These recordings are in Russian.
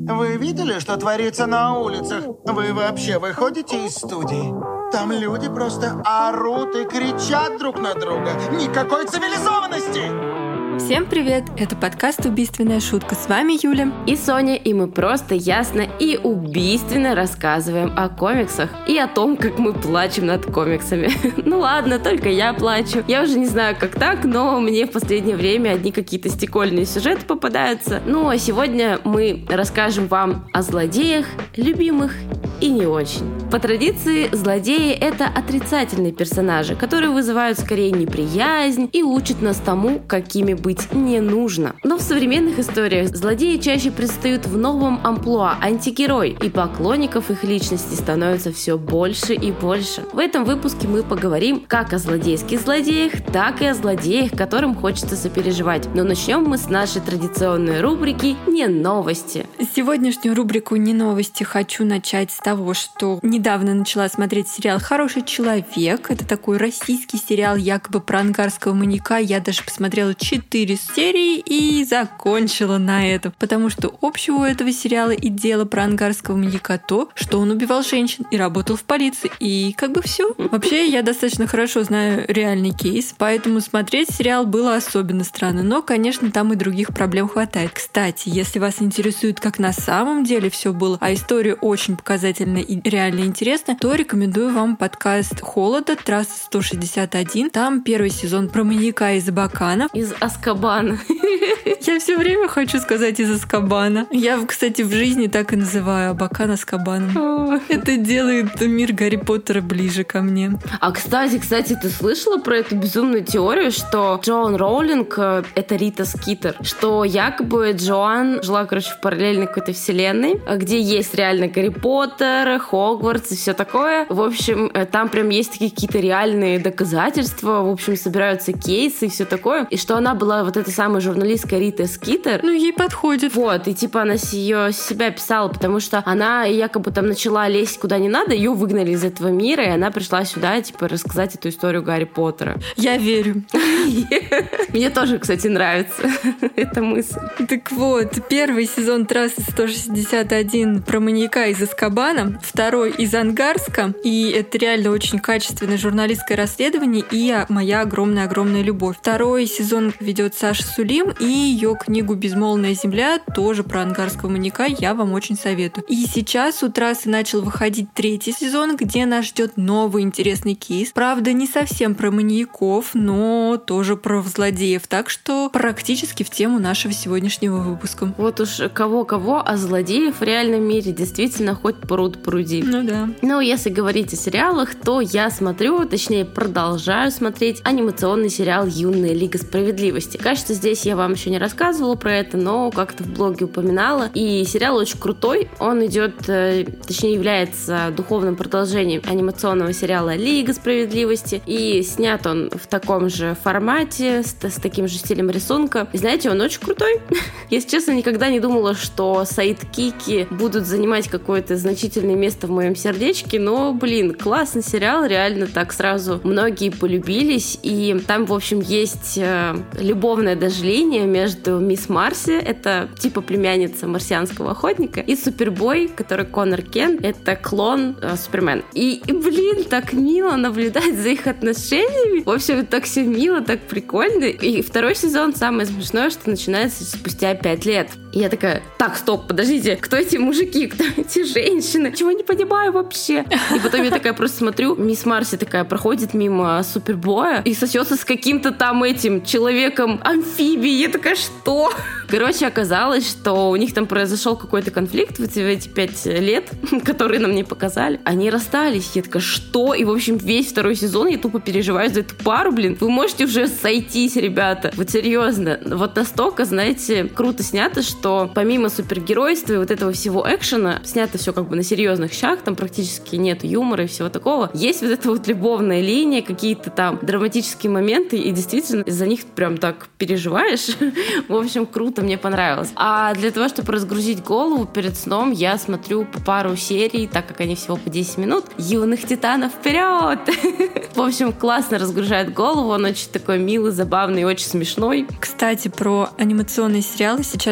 Вы видели, что творится на улицах? Вы вообще выходите из студии? Там люди просто орут и кричат друг на друга. Никакой цивилизованности! Всем привет! Это подкаст «Убийственная шутка». С вами Юля и Соня, и мы просто ясно и убийственно рассказываем о комиксах и о том, как мы плачем над комиксами. Ну ладно, только я плачу. Я уже не знаю, как так, но мне в последнее время одни какие-то стекольные сюжеты попадаются. Ну а сегодня мы расскажем вам о злодеях, любимых и не очень. По традиции, злодеи — это отрицательные персонажи, которые вызывают скорее неприязнь и учат нас тому, какими быть не нужно. Но в современных историях злодеи чаще предстают в новом амплуа — антигерой, и поклонников их личности становится все больше и больше. В этом выпуске мы поговорим как о злодейских злодеях, так и о злодеях, которым хочется сопереживать. Но начнем мы с нашей традиционной рубрики «Не новости». Сегодняшнюю рубрику «Не новости» хочу начать с того, что недавно начала смотреть сериал «Хороший человек». Это такой российский сериал якобы про ангарского маньяка. Я даже посмотрела 4 серии и закончила на этом. Потому что общего у этого сериала и дела про ангарского маньяка то, что он убивал женщин и работал в полиции. И как бы все. Вообще, я достаточно хорошо знаю реальный кейс, поэтому смотреть сериал было особенно странно. Но, конечно, там и других проблем хватает. Кстати, если вас интересует, как на самом деле все было, а история очень показательная и реально интересная, то рекомендую вам подкаст «Холода. Трасса 161». Там первый сезон про маньяка из Абакана. Из Азкабана. Я все время хочу сказать из Азкабана. Я, кстати, в жизни так и называю Абакан Азкабаном. Это делает мир Гарри Поттера ближе ко мне. А кстати, ты слышала про эту безумную теорию, что Джоан Роулинг — это Рита Скитер? Что якобы Джоан жила, в параллельной какой-то вселенной, где есть реально Гарри Поттер, Хогвартс и все такое. В общем, там прям есть такие какие-то реальные доказательства, в общем, собираются кейсы и все такое. И что она была вот этой самой журналисткой Рита Скитер. Ну, ей подходит. Вот, и типа она себя писала, потому что она якобы там начала лезть куда не надо, ее выгнали из этого мира, и она пришла сюда, типа, рассказать эту историю Гарри Поттера. Я верю. Мне тоже, кстати, нравится эта мысль. Так вот, первый сезон «Трассы 161» про маньяка из Азкабана, второй из Ангарска, и это реально очень качественное журналистское расследование и моя огромная-огромная любовь. Второй сезон ведет Саша Сулим, и ее книгу «Безмолвная земля» тоже про ангарского маньяка, я вам очень советую. И сейчас у «Трассы» начал выходить третий сезон, где нас ждет новый интересный кейс. Правда, не совсем про маньяков, но тоже про злодеев, так что практически в тему нашего сегодняшнего выпуска. Вот уж кого-кого, а злодеев в реальном мире действительно хоть пруд пруди. Ну да. Но если говорить о сериалах, то я смотрю, точнее продолжаю смотреть анимационный сериал «Юная Лига Справедливости». Кажется, здесь я вам еще не рассказывала про это, но как-то в блоге упоминала. И сериал очень крутой. Он идет, точнее является духовным продолжением анимационного сериала «Лига Справедливости». И снят он в таком же формате, с таким же стилем рисунка. И знаете, он очень крутой. Если честно, никогда не думала, что сайдкики будут занимать какое-то значительное место в моем сердечке, но, блин, классный сериал, реально так сразу многие полюбились, и там, в общем, есть любовная даже линия между Мисс Марси, это типа племянница марсианского охотника, и Супербой, который Коннор Кент, это клон Супермена. И, блин, так мило наблюдать за их отношениями. В общем, так все мило, так прикольно. И второй сезон, самое смешное, что начинается спустя 5 лет. И я такая: так, стоп, подождите, кто эти мужики, кто эти женщины? Чего не понимаю вообще? И потом я такая просто смотрю, Мисс Марси такая проходит мимо Супербоя и сосется с каким-то там этим человеком-амфибией. Я такая: что? Короче, оказалось, что у них там произошел какой-то конфликт в эти 5 лет, которые нам не показали. Они расстались. Я такая: что? И, в общем, весь второй сезон я тупо переживаю за эту пару, блин. Вы можете уже сойтись, ребята. Вот серьезно. Вот настолько, знаете, круто снято, что помимо супергеройства и вот этого всего экшена, снято все как бы на серьезных щах, там практически нет юмора и всего такого. Есть вот эта вот любовная линия, какие-то там драматические моменты, и действительно из-за них прям так переживаешь. В общем, круто, мне понравилось. А для того, чтобы разгрузить голову перед сном, я смотрю по пару серий, так как они всего по 10 минут. «Юных титанов вперед!» В общем, классно разгружает голову, он очень такой милый, забавный, очень смешной. Кстати, про анимационные сериалы сейчас же начали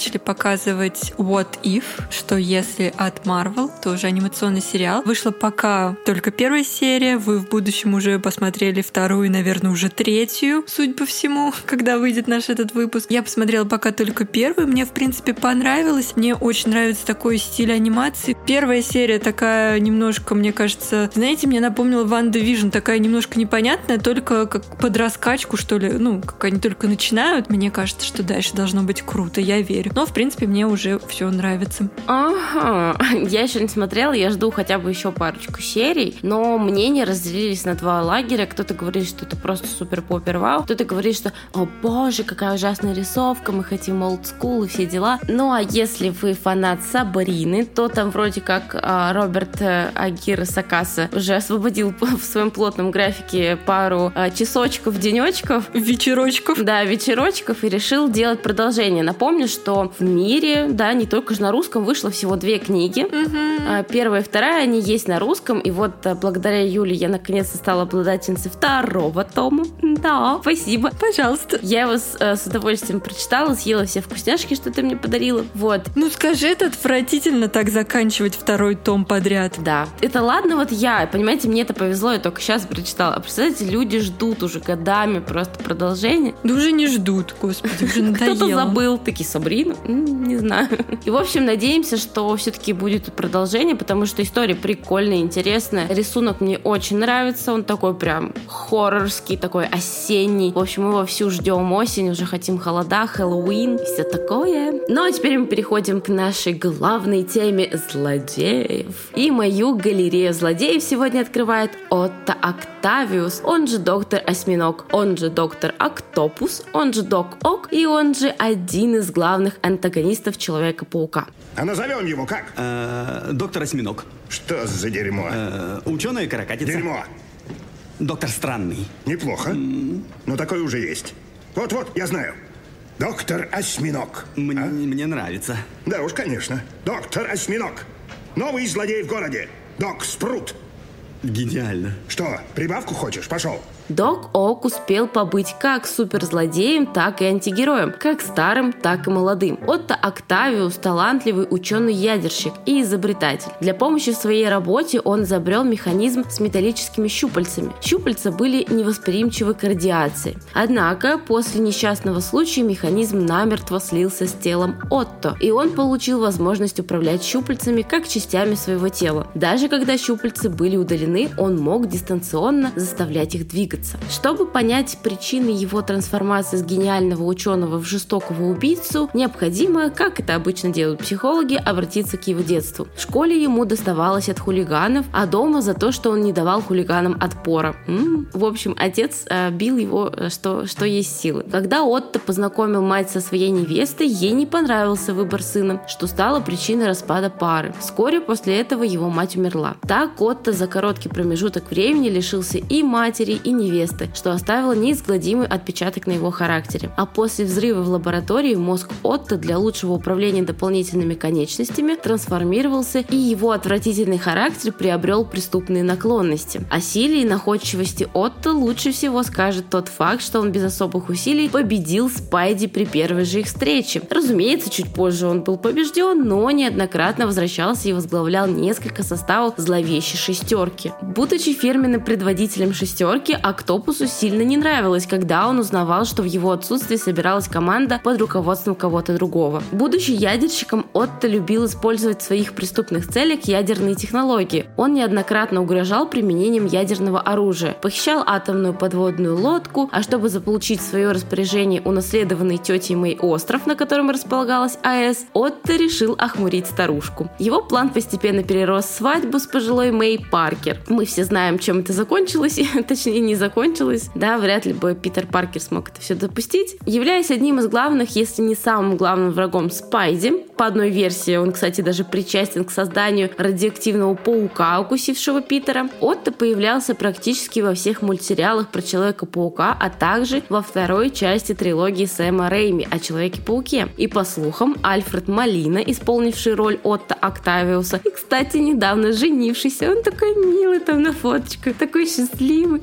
начали показывать What If, что если от Marvel, тоже анимационный сериал. Вышла пока только первая серия, вы в будущем уже посмотрели вторую, наверное, уже третью, судя по всему, когда выйдет наш этот выпуск. Я посмотрела пока только первую, мне, в принципе, понравилось. Мне очень нравится такой стиль анимации. Первая серия такая немножко, мне кажется, знаете, мне напомнила WandaVision, такая немножко непонятная, только как под раскачку, что ли, как они только начинают. Мне кажется, что дальше должно быть круто, я верю. Но, в принципе, мне уже все нравится. Ага, я еще не смотрела, я жду хотя бы еще парочку серий, но мнения разделились на два лагеря. Кто-то говорит, что это просто супер-попер вау, кто-то говорит, что о боже, какая ужасная рисовка, мы хотим олдскул и все дела. Ну а если вы фанат Сабрины, то там вроде как Роберт Агира Сакаса уже освободил в своем плотном графике пару часочков, денечков. Вечерочков. Да, вечерочков, и решил делать продолжение. Напомню, что в мире, да, не только же на русском, вышло всего 2 книги. Первая и вторая, они есть на русском, и вот благодаря Юле я наконец-то стала обладательницей 2-го тома. Да, спасибо. Пожалуйста. Я его с удовольствием прочитала, съела все вкусняшки, что ты мне подарила. Вот. Ну скажи, это отвратительно так заканчивать 2-й том подряд. Да. Это ладно, вот я, понимаете, мне это повезло, я только сейчас прочитала. А представляете, люди ждут уже годами просто продолжение. Да уже не ждут, господи, уже надоело. Кто-то забыл, такие Сабрину, не знаю. И, в общем, надеемся, что все-таки будет продолжение, потому что история прикольная, интересная. Рисунок мне очень нравится, он такой прям хоррорский, такой осенний. В общем, мы вовсю ждем осень, уже хотим холода, Хэллоуин и все такое. Ну, а теперь мы переходим к нашей главной теме злодеев. И мою галерею злодеев сегодня открывает Отто Октавиус, он же доктор Осьминог, он же доктор Октопус, он же Док Ок, и он же один из главных антагонистов Человека-паука. А назовем его как? Доктор Осьминог. Что за дерьмо? Ученая каракатица. Дерьмо. Доктор Странный. Неплохо. Ну, такой уже есть. Вот-вот, я знаю. Доктор Осьминог. Мне нравится. Да уж, конечно. Доктор Осьминог. Новый злодей в городе. Док Спрут. Гениально. Что, прибавку хочешь? Пошел. Док Ок успел побыть как суперзлодеем, так и антигероем, как старым, так и молодым. Отто Октавиус – талантливый ученый-ядерщик и изобретатель. Для помощи в своей работе он изобрел механизм с металлическими щупальцами. Щупальца были невосприимчивы к радиации. Однако, после несчастного случая механизм намертво слился с телом Отто, и он получил возможность управлять щупальцами как частями своего тела. Даже когда щупальцы были удалены, он мог дистанционно заставлять их двигаться. Чтобы понять причины его трансформации с гениального ученого в жестокого убийцу, необходимо, как это обычно делают психологи, обратиться к его детству. В школе ему доставалось от хулиганов, а дома за то, что он не давал хулиганам отпора. В общем, отец бил его, что есть силы. Когда Отто познакомил мать со своей невестой, ей не понравился выбор сына, что стало причиной распада пары. Вскоре после этого его мать умерла. Так Отто за короткий промежуток времени лишился и матери, и невесты, что оставило неизгладимый отпечаток на его характере. А после взрыва в лаборатории мозг Отто для лучшего управления дополнительными конечностями трансформировался, и его отвратительный характер приобрел преступные наклонности. О силе и находчивости Отто лучше всего скажет тот факт, что он без особых усилий победил Спайди при первой же их встрече. Разумеется, чуть позже он был побежден, но неоднократно возвращался и возглавлял несколько составов зловещей шестерки. Будучи фирменным предводителем шестерки, Октопусу сильно не нравилось, когда он узнавал, что в его отсутствии собиралась команда под руководством кого-то другого. Будучи ядерщиком, Отто любил использовать в своих преступных целях ядерные технологии. Он неоднократно угрожал применением ядерного оружия, похищал атомную подводную лодку, а чтобы заполучить в свое распоряжение унаследованный тетей Мэй остров, на котором располагалась АЭС, Отто решил охмурить старушку. Его план постепенно перерос в свадьбу с пожилой Мэй Паркер. Мы все знаем, чем это закончилось, точнее не закончилось, да, вряд ли бы Питер Паркер смог это все допустить. Являясь одним из главных, если не самым главным врагом Спайди, по одной версии он, кстати, даже причастен к созданию радиоактивного паука, укусившего Питера, Отто появлялся практически во всех мультсериалах про Человека-паука, а также во второй части трилогии Сэма Рэйми о Человеке-пауке. И по слухам, Альфред Молина, исполнивший роль Отто Октавиуса, и, кстати, недавно женившийся, он такой милый там на фоточках, такой счастливый, пополнил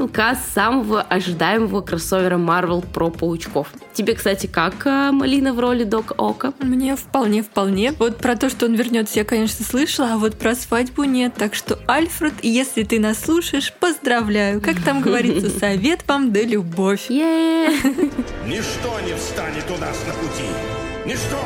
final каст самого ожидаемого кроссовера Marvel про паучков. Тебе, кстати, как Малина в роли Док Ока? Мне вполне. Вот про то, что он вернется, я, конечно, слышала, а вот про свадьбу нет. Так что, Альфред, если ты нас слушаешь, поздравляю. Как там говорится, совет вам да любовь. Ничто не встанет у нас на пути. Ничто!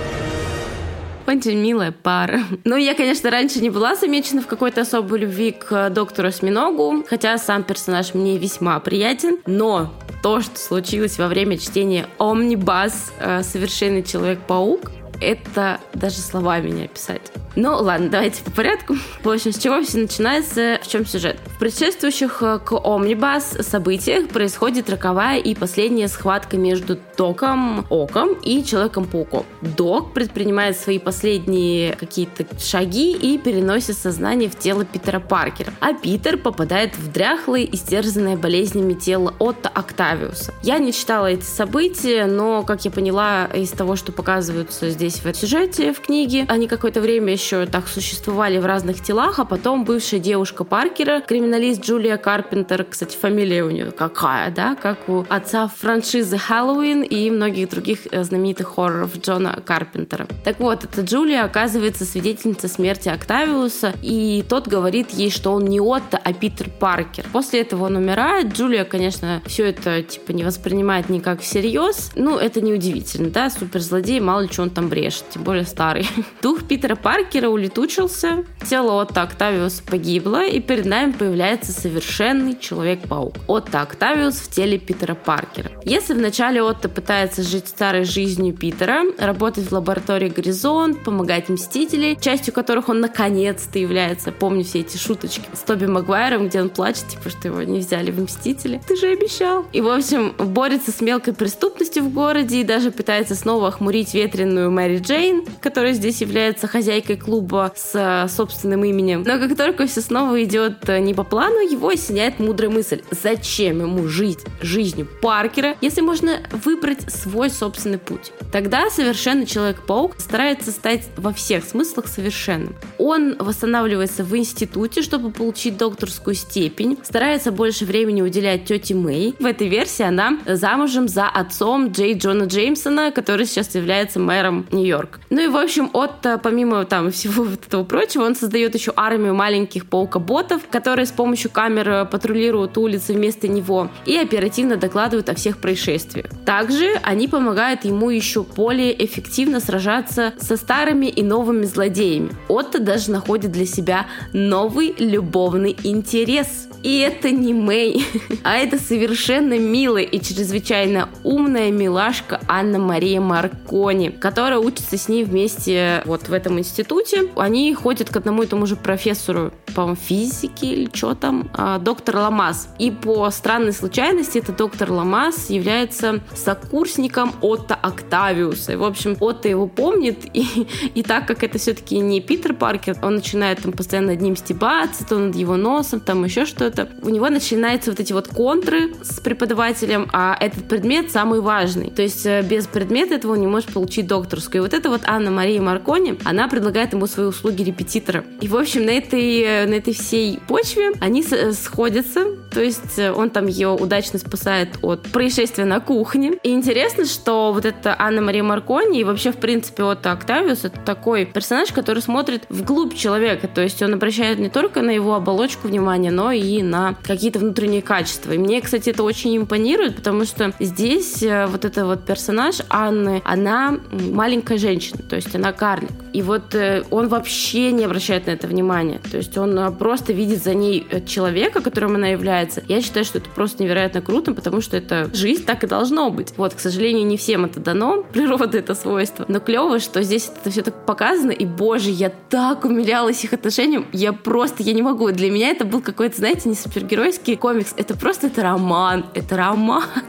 Очень милая пара. Но я, конечно, раньше не была замечена в какой-то особой любви к доктору Осьминогу, хотя сам персонаж мне весьма приятен. Но то, что случилось во время чтения «Омнибас. Совершенный Человек-паук», это даже словами не описать. Ну, ладно, давайте по порядку. В общем, с чего все начинается, в чем сюжет? В предшествующих к Омнибас событиях происходит роковая и последняя схватка между Доком Оком и Человеком-пауком. Док предпринимает свои последние какие-то шаги и переносит сознание в тело Питера Паркера. А Питер попадает в дряхлое, истерзанное болезнями тело Отто Октавиуса. Я не читала эти события, но, как я поняла из того, что показываются здесь в сюжете, в книге, они какое-то время еще так существовали в разных телах, а потом бывшая девушка Паркера, криминалист Джулия Карпентер, кстати, фамилия у нее какая, да, как у отца франшизы Хэллоуин и многих других знаменитых хорроров Джона Карпентера. Так вот, эта Джулия оказывается свидетельницей смерти Октавиуса, и тот говорит ей, что он не Отто, а Питер Паркер. После этого он умирает. Джулия, конечно, все это типа не воспринимает никак всерьез. Ну, это неудивительно, да, суперзлодей, мало ли что он там брешет, тем более старый. Дух Питера Паркера улетучился, тело Отто Октавиуса погибло, и перед нами появляется совершенный Человек-паук. Отто Октавиус в теле Питера Паркера. Если вначале Отто пытается жить старой жизнью Питера, работать в лаборатории Горизонт, помогать Мстителей, частью которых он наконец-то является. Помню все эти шуточки с Тоби Магуайром, где он плачет, типа, что его не взяли в Мстители. Ты же обещал. И, в общем, борется с мелкой преступностью в городе и даже пытается снова охмурить ветреную Мэри Джейн, которая здесь является хозяйкой клуба с собственным именем. Но как только все снова идет не по плану, его осеняет мудрая мысль. Зачем ему жить жизнью Паркера, если можно выбрать свой собственный путь? Тогда совершенный Человек-паук старается стать во всех смыслах совершенным. Он восстанавливается в институте, чтобы получить докторскую степень, старается больше времени уделять тете Мэй. В этой версии она замужем за отцом Джей Джона Джеймсона, который сейчас является мэром Нью-Йорк. Ну и, в общем, Отто, помимо там всего вот этого прочего, он создает еще армию маленьких паука-ботов, которые с помощью камер патрулируют улицы вместо него и оперативно докладывают о всех происшествиях. Также они помогают ему еще более эффективно сражаться со старыми и новыми злодеями. Отто даже находит для себя новый любовный интерес. И это не Мэй, а это совершенно милая и чрезвычайно умная милашка Анна-Мария Маркони, которая учится с ней вместе вот в этом институте. Они ходят к одному и тому же профессору, по-моему, физики или что там, доктор Ламас. И по странной случайности этот доктор Ламас является сокурсником Отто Октавиуса. И, в общем, Отто его помнит, и так как это все-таки не Питер Паркер, он начинает там постоянно над ним стебаться, то над его носом, там еще что-то. У него начинаются вот эти вот контры с преподавателем, а этот предмет самый важный. То есть без предмета этого он не может получить докторскую. И вот это вот Анна-Мария Маркони, она предлагает ему свои услуги репетитора. И, в общем, на этой всей почве они сходятся. То есть он там ее удачно спасает от происшествия на кухне. И интересно, что вот эта Анна-Мария Маркони и вообще, в принципе, Отто Октавиус — это такой персонаж, который смотрит вглубь человека. То есть он обращает не только на его оболочку внимания, но и на какие-то внутренние качества. И мне, кстати, это очень импонирует, потому что здесь вот эта вот персонаж Анны, она маленькая женщина, то есть она карлик. И вот он вообще не обращает на это внимания. То есть он просто видит за ней человека, которым она является. Я считаю, что это просто невероятно круто, потому что это жизнь, так и должно быть. Вот, к сожалению, не всем это дано, природа это свойство. Но клево, что здесь это все так показано, и, боже, я так умилялась их отношениям, я не могу. Для меня это был какой-то, знаете, не супергеройский комикс, это роман.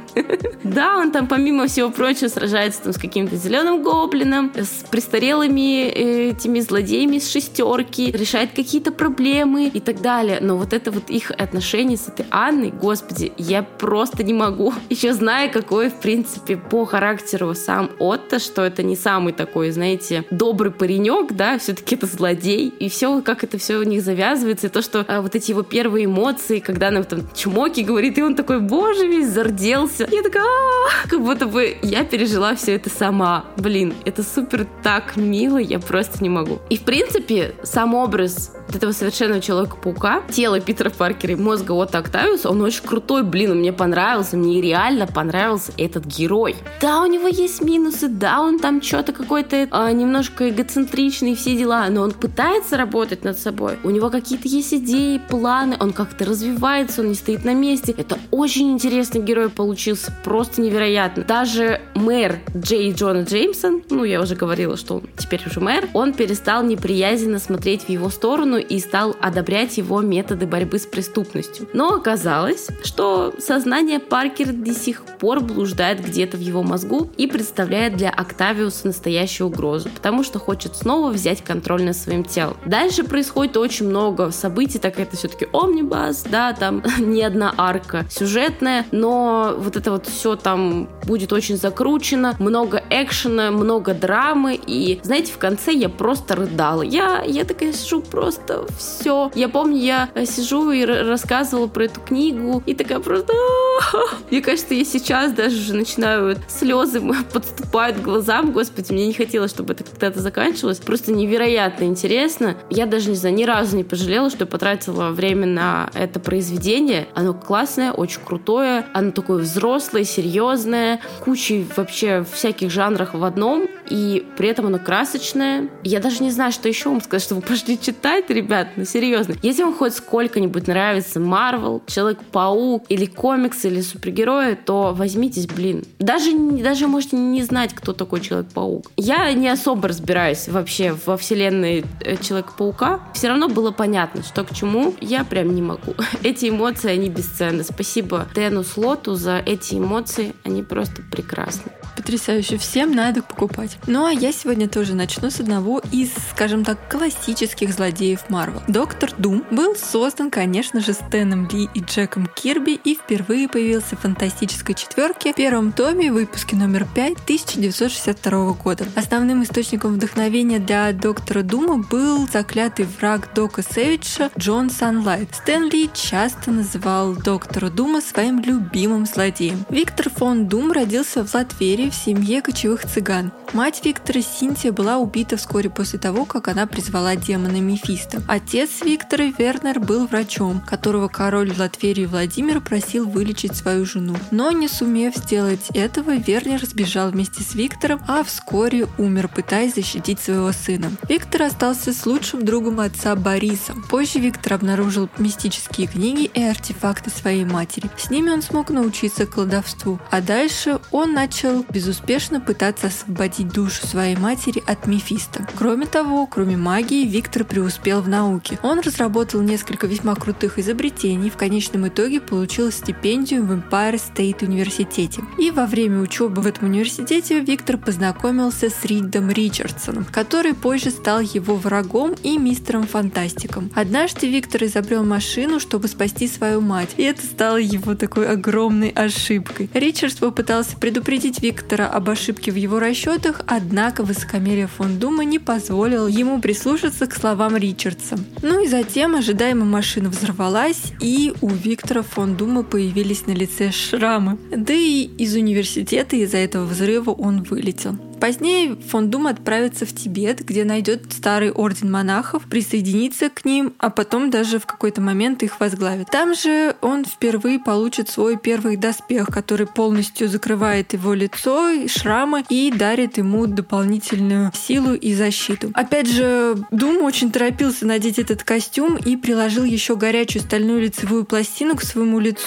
Да, он там, помимо всего прочего, сражается там с каким-то зеленым гоблином, с престарелыми этими злодеями с шестерки, решает какие-то проблемы и так далее. Но вот это вот их отношения с этой Анной, господи, я просто не могу. Еще зная, какой, в принципе, по характеру сам Отто, что это не самый такой, знаете, добрый паренек, да, все-таки это злодей. И все, как это все у них завязывается, и то, что вот эти его первые эмоции, когда нам там чмоки говорит, и он такой, боже, весь зарделся. Я такая, как будто бы я пережила все это сама. Блин, это супер так мило, я просто не могу. И в принципе, сам образ этого совершенного Человека-паука, тело Питера Паркера и мозга Отто Октавиуса, он очень крутой, блин, он мне понравился, мне реально понравился этот герой. Да, у него есть минусы, да, он там что-то какой-то немножко эгоцентричный, все дела, но он пытается работать над собой. У него какие-то есть идеи, планы, он как-то развивается, он не стоит на месте. Это очень интересный герой получился, просто невероятно. Даже мэр Джей Джона Джеймсон, ну, я уже говорила, что он теперь уже мэр, он перестал неприязненно смотреть в его сторону и стал одобрять его методы борьбы с преступностью. Но оказалось, что сознание Паркера до сих пор блуждает где-то в его мозгу и представляет для Октавиуса настоящую угрозу, потому что хочет снова взять контроль над своим телом. Дальше происходит очень много событий, так как это все-таки омнибус, да, там не одна арка сюжетная, но вот это вот все там будет очень закручено, много экшена, много драмы, и, знаете, в конце я просто рыдала. Я такая сижу, просто все. Я помню, я сижу и рассказывала про эту книгу, и такая просто... Мне кажется, я сейчас даже уже начинаю... Слезы подступают к глазам. Господи, мне не хотелось, чтобы это когда-то заканчивалось. Просто невероятно интересно. Я даже, не знаю, ни разу не пожалела, что я потратила время на это произведение. Оно классное, очень крутое. Оно такое взрослое, серьезное, кучей вообще всяких жанров в одном, и при этом оно красочное. Я даже не знаю, что еще вам сказать, что вы пошли читать, ребят, ну серьезно. Если вам хоть сколько-нибудь нравится Марвел, Человек-паук или комиксы, или супергерои, то возьмитесь, блин. Даже можете не знать, кто такой Человек-паук. Я не особо разбираюсь вообще во вселенной Человека-паука. Все равно было понятно, что к чему. Я прям не могу. Эти эмоции, они бесценны. Спасибо Дэну Слотту за эти эмоции. Они просто прекрасны. Потрясающе. Всем надо покупать. Ну а я сегодня тоже начну с одного из, скажем так, классических злодеев Марвел. Доктор Дум был создан, конечно же, Стэном Ли и Джеком Кирби и впервые появился в «Фантастической четверке» в первом томе, выпуске номер 5 1962 года. Основным источником вдохновения для Доктора Дума был заклятый враг Дока Сэвиджа Джон Санлайт. Стэн Ли часто называл Доктора Дума своим любимым злодеем. Виктор фон Дум родился в Латверии в семье кочевых цыган. Мать Виктора, Синтия, была убита вскоре после того, как она призвала демона Мефисто. Отец Виктора, Вернер, был врачом, которого король Латверии Владимир просил вылечить свою жену. Но не сумев сделать этого, Вернер сбежал вместе с Виктором, а вскоре умер, пытаясь защитить своего сына. Виктор остался с лучшим другом отца Борисом. Позже Виктор обнаружил мистические книги и артефакты своей матери. С ними он смог научиться колдовству, а дальше он начал безуспешно пытаться освободить душу своей матери от Мефисто. Кроме того, кроме магии, Виктор преуспел в науке. Он разработал несколько весьма крутых изобретений, в конечном итоге получил стипендию в Empire State университете. И во время учебы в этом университете Виктор познакомился с Ридом Ричардсоном, который позже стал его врагом и мистером Фантастиком. Однажды Виктор изобрел машину, чтобы спасти свою мать, и это стало его такой огромной ошибкой. Ричардс попытался предупредить Виктора об ошибке в его расчетах, однако высокомерие фон Дума не позволило ему прислушаться к словам Ричардса. Ну и затем ожидаемо машина взорвалась, и у Виктора фон Дума появились на лице шрамы. Да и из университета из-за этого взрыва он вылетел. Позднее фон Дум отправится в Тибет, где найдет старый орден монахов, присоединится к ним, а потом даже в какой-то момент их возглавит. Там же он впервые получит свой первый доспех, который полностью закрывает его лицо, шрамы и дарит ему дополнительную силу и защиту. Опять же, Дум очень торопился надеть этот костюм и приложил еще горячую стальную лицевую пластину к своему лицу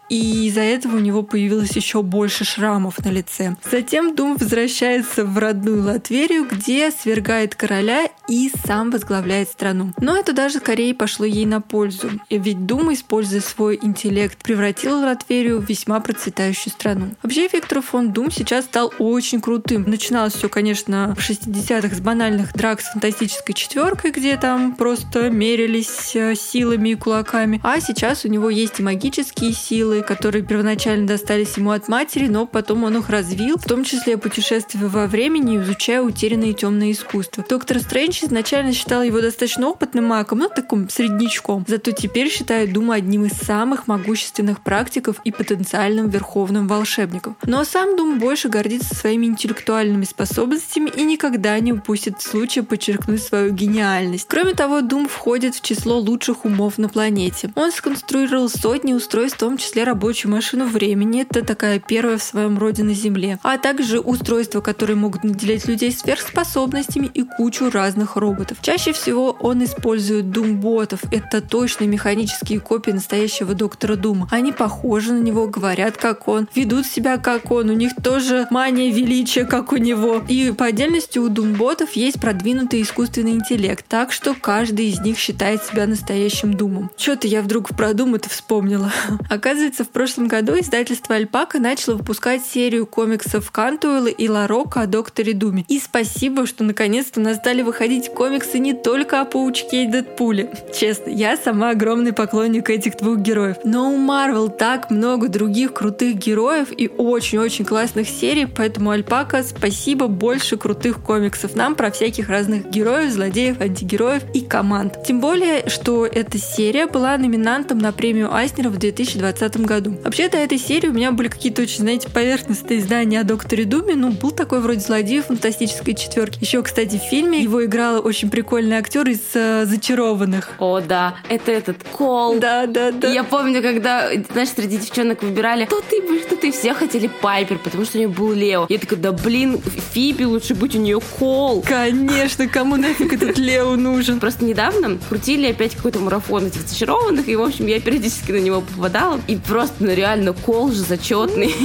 и из-за этого у него появилось еще больше шрамов на лице. Затем Дум возвращается в родную Латверию, где свергает короля и сам возглавляет страну. Но это даже скорее пошло ей на пользу, ведь Дум, используя свой интеллект, превратил Латверию в весьма процветающую страну. Вообще, Виктор фон Дум сейчас стал очень крутым. Начиналось все, конечно, в 60-х с банальных драк с фантастической четверкой, где там просто мерились силами и кулаками. А сейчас у него есть и магические силы, которые первоначально достались ему от матери, но потом он их развил, в том числе путешествуя во времени и изучая утерянные темные искусства. Доктор Стрэндж изначально считал его достаточно опытным магом, но таким среднячком. Зато теперь считает Дума одним из самых могущественных практиков и потенциальным верховным волшебником. Но сам Дум больше гордится своими интеллектуальными способностями и никогда не упустит случая подчеркнуть свою гениальность. Кроме того, Дум входит в число лучших умов на планете. Он сконструировал сотни устройств, в том числе рабочую машину времени, это такая первая в своем роде на Земле, а также устройства, которые могут наделять людей сверхспособностями и кучу разных роботов. Чаще всего он использует Думботов, это точные механические копии настоящего доктора Дума. Они похожи на него, говорят как он, ведут себя как он, у них тоже мания величия, как у него. И по отдельности у Думботов есть продвинутый искусственный интеллект, так что каждый из них считает себя настоящим Думом. Что-то я вдруг про Дума-то вспомнила. Оказывается, в прошлом году издательство Альпака начало выпускать серию комиксов Кантуэлла и Ларока о докторе Думе. И спасибо, что наконец-то у нас стали выходить комиксы не только о Паучке и Дэдпуле. Честно, я сама огромный поклонник этих двух героев. Но у Марвел так много других крутых героев и очень-очень классных серий, поэтому Альпака, спасибо, больше крутых комиксов нам про всяких разных героев, злодеев, антигероев и команд. Тем более, что эта серия была номинантом на премию Айснера в 2020 году. Вообще, до этой серии у меня были какие-то очень, знаете, поверхностные издания о докторе Думе. Был такой вроде злодей фантастической четверки. Еще, кстати, в фильме его играл очень прикольный актер из «Зачарованных». О, да, это этот Кол. Да. Я помню, когда, знаешь, среди девчонок выбирали, что ты, все хотели Пайпер, потому что у нее был Лео. Я такая, да блин, Фиби лучше быть у нее Кол. Конечно, кому нафиг этот Лео нужен? Просто недавно крутили опять какой-то марафон этих «Зачарованных», и, в общем, я периодически на него попадала, и просто, реально, Кол же зачетный.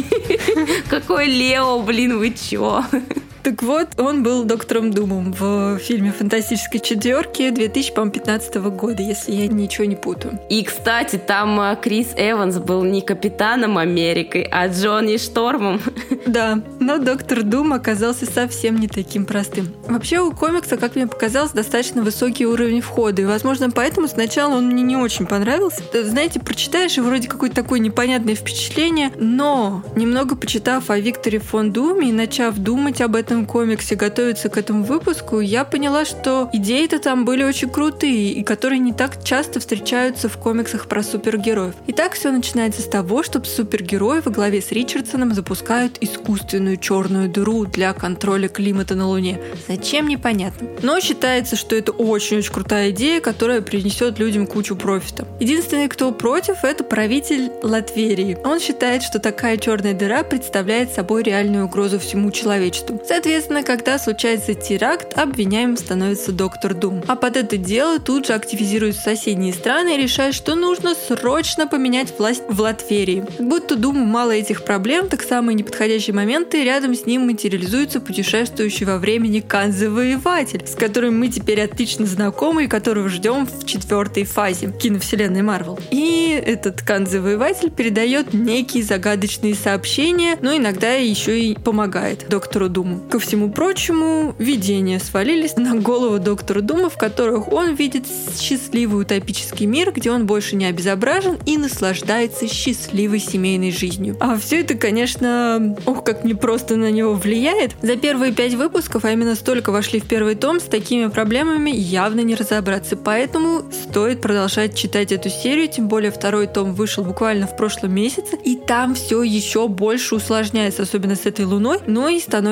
Какой Лео, блин, вы чё? Так вот, он был доктором Думом в фильме «Фантастической четверки» 2015 года, если я ничего не путаю. И, кстати, там Крис Эванс был не Капитаном Америкой, а Джонни Штормом. Да, но доктор Дум оказался совсем не таким простым. Вообще у комикса, как мне показалось, достаточно высокий уровень входа, и, возможно, поэтому сначала он мне не очень понравился. Знаете, прочитаешь, и вроде какое-то такое непонятное впечатление, но немного почитав о Викторе фон Думе и начав думать об этом комиксе, готовиться к этому выпуску, я поняла, что идеи-то там были очень крутые, и которые не так часто встречаются в комиксах про супергероев. Итак, все начинается с того, что супергерои во главе с Ричардсоном запускают искусственную черную дыру для контроля климата на Луне. Зачем, непонятно. Но считается, что это очень-очень крутая идея, которая принесет людям кучу профита. Единственный, кто против, это правитель Латверии. Он считает, что такая черная дыра представляет собой реальную угрозу всему человечеству. Соответственно, когда случается теракт, обвиняемым становится доктор Дум. А под это дело тут же активизируются соседние страны и решают, что нужно срочно поменять власть в Латверии. Как будто Думу мало этих проблем, так самые неподходящие моменты рядом с ним материализуется путешествующий во времени Кан-завоеватель, с которым мы теперь отлично знакомы и которого ждем в 4-й фазе киновселенной Марвел. И этот Кан-завоеватель передает некие загадочные сообщения, но иногда еще и помогает доктору Думу. Ко всему прочему, видения свалились на голову доктора Дума, в которых он видит счастливый утопический мир, где он больше не обезображен и наслаждается счастливой семейной жизнью. А все это, конечно, как непросто на него влияет. За первые 5 выпусков, а именно столько вошли в первый том, с такими проблемами явно не разобраться. Поэтому стоит продолжать читать эту серию, тем более 2-й том вышел буквально в прошлом месяце, и там все еще больше усложняется, особенно с этой Луной, но и становится интересно.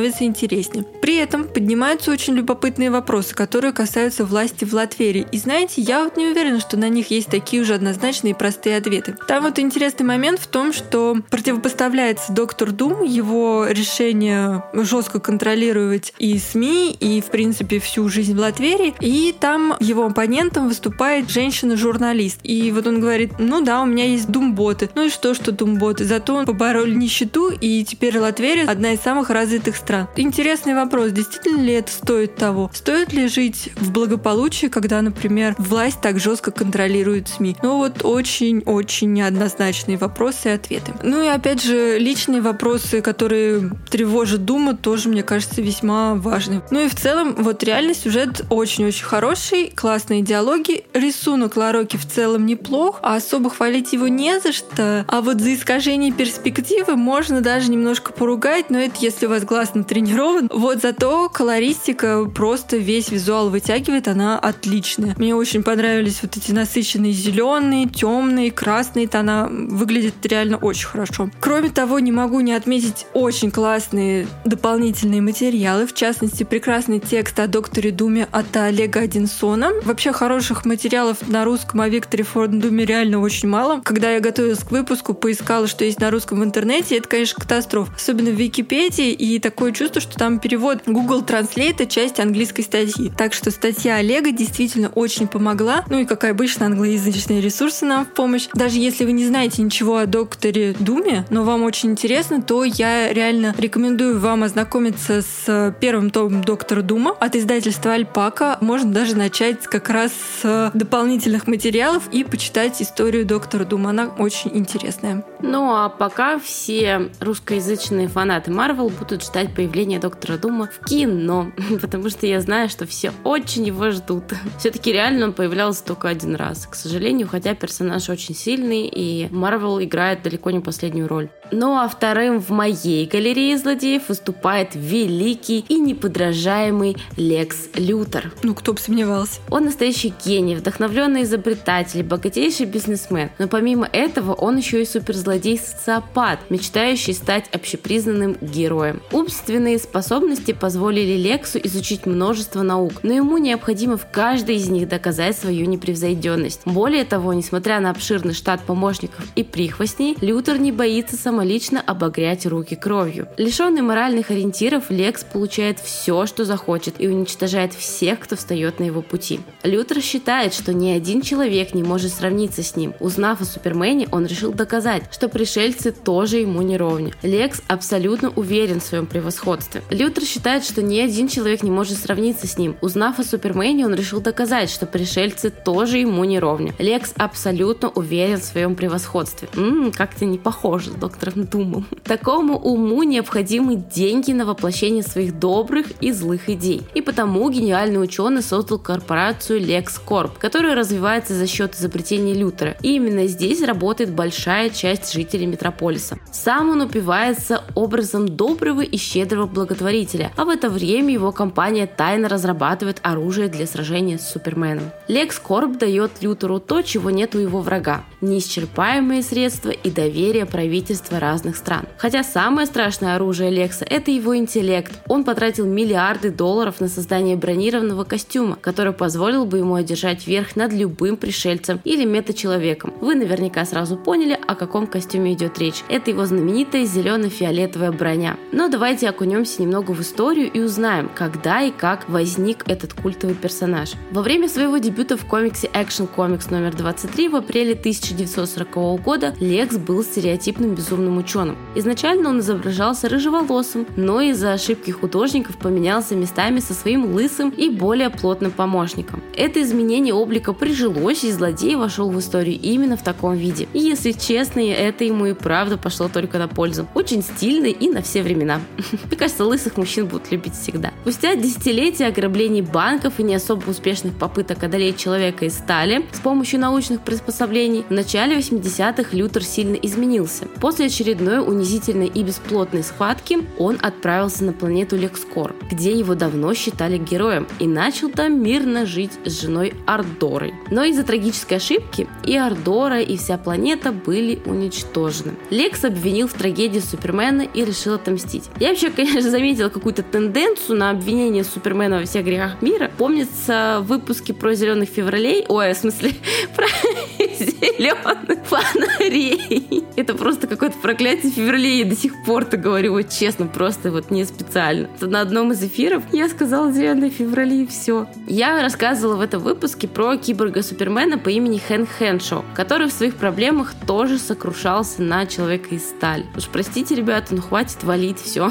интереснее. При этом поднимаются очень любопытные вопросы, которые касаются власти в Латверии. И знаете, я вот не уверена, что на них есть такие уже однозначные и простые ответы. Там вот интересный момент в том, что противопоставляется доктор Дум, его решение жестко контролировать и СМИ, и, в принципе, всю жизнь в Латверии. И там его оппонентом выступает женщина-журналист. И вот он говорит, ну да, у меня есть думботы. Ну и что думботы? Зато побороли нищету, и теперь Латверия одна из самых развитых стран. Интересный вопрос, действительно ли это стоит того? Стоит ли жить в благополучии, когда, например, власть так жестко контролирует СМИ? Ну вот очень-очень неоднозначные вопросы и ответы. Ну и опять же, личные вопросы, которые тревожат Дума, тоже, мне кажется, весьма важны. Ну и в целом, вот реально сюжет очень-очень хороший, классные диалоги, рисунок Лароки в целом неплох, а особо хвалить его не за что. А вот за искажение перспективы можно даже немножко поругать, но это если у вас глаз натренирован. Вот зато колористика просто весь визуал вытягивает, она отличная. Мне очень понравились вот эти насыщенные зеленые, темные, красные тона. Выглядит реально очень хорошо. Кроме того, не могу не отметить очень классные дополнительные материалы, в частности, прекрасный текст о докторе Думе от Олега Одинсона. Вообще хороших материалов на русском о Викторе фон Думе реально очень мало. Когда я готовилась к выпуску, поискала, что есть на русском в интернете, это, конечно, катастрофа. Особенно в Википедии, и такое чувство, что там перевод Google Translate — это часть английской статьи. Так что статья Олега действительно очень помогла. Ну и, как обычно, англоязычные ресурсы нам в помощь. Даже если вы не знаете ничего о докторе Думе, но вам очень интересно, то я реально рекомендую вам ознакомиться с первым томом доктора Дума от издательства Альпака. Можно даже начать как раз с дополнительных материалов и почитать историю доктора Дума. Она очень интересная. Ну а пока все русскоязычные фанаты Марвел будут ждать появления доктора Дума в кино, потому что я знаю, что все очень его ждут. Все-таки реально он появлялся только один раз, к сожалению, хотя персонаж очень сильный, и Марвел играет далеко не последнюю роль. Ну а вторым в моей галерее злодеев выступает великий и неподражаемый Лекс Лютер. Ну, кто бы сомневался. Он настоящий гений, вдохновленный изобретатель, богатейший бизнесмен. Но помимо этого, он еще и суперзлодей-социопат, мечтающий стать общепризнанным героем. Умственные способности позволили Лексу изучить множество наук, но ему необходимо в каждой из них доказать свою непревзойденность. Более того, несмотря на обширный штат помощников и прихвостней, Лютер не боится самолично обогрять руки кровью. Лишенный моральных ориентиров, Лекс получает все, что захочет, и уничтожает всех, кто встает на его пути. Лютер считает, что ни один человек не может сравниться с ним. Узнав о Супермене, он решил доказать, что пришельцы тоже ему не ровня. Лекс абсолютно уверен в своем превосходстве. Лютер считает, что ни один человек не может сравниться с ним. Узнав о Супермене, он решил доказать, что пришельцы тоже ему не ровня. Лекс абсолютно уверен в своем превосходстве. Как-то не похоже с доктором Думом. Такому уму необходимы деньги на воплощение своих добрых и злых идей. И потому гениальный ученый создал корпорацию LexCorp, которая развивается за счет изобретений Лютера. И именно здесь работает большая часть жителей метрополиса. Сам он упивается образом доброго и щедрого благотворителя, а в это время его компания тайно разрабатывает оружие для сражения с Суперменом. LexCorp дает Лютеру то, чего нет у его врага – неисчерпаемые средства и доверие правительства разных стран. Хотя самое страшное оружие Лекса – это его интеллект. Он потратил миллиарды долларов на создание бронированного костюма, который позволил бы ему одержать верх над любым пришельцем или метачеловеком. Вы наверняка сразу поняли, о каком костюме идет речь. Это его знаменитая зелено-фиолетовая броня. Но давайте окунемся немного в историю и узнаем, когда и как возник этот культовый персонаж. Во время своего дебюта в комиксе Action Comics номер 23 в апреле 1940 года Лекс был стереотипным безумным ученым. Изначально он изображался рыжеволосым, но из-за ошибки художников поменялся местами со своим лысым и более плотным помощником. Это изменение облика прижилось, и злодей вошел в историю именно в таком виде. И если честно, это ему и правда пошло только на пользу. Очень стильный и на все времена. Мне кажется, лысых мужчин будут любить всегда. Спустя десятилетия ограблений банков и не особо успешных попыток одолеть человека из стали с помощью научных приспособлений, в начале 80-х Лютер сильно изменился. После очередной унизительной и бесплотной схватки он отправился на планету Лекскор, где его давно считали героем, и начал там мирно жить с женой Ардорой. Но из-за трагической ошибки и Ардора, и вся планета были уничтожены. Лекс обвинил в трагедии Супермена и решил отомстить. Я вообще, конечно, заметила какую-то тенденцию на обвинение Супермена во всех грехах мира. Помнится выпуски про зеленых февралей, ой, в смысле, про зеленых фонарей. Это просто какое-то проклятие февралей, я до сих пор-то говорю, вот честно, просто вот не специально. На одном из эфиров я сказала зеленые феврали, и все. Я рассказывала в этом выпуске про киборга Супермена по имени Хэн Хэншоу, который в своих проблемах тоже сокрушался на человека из стали. Уж простите, ребята, ну хватит валить все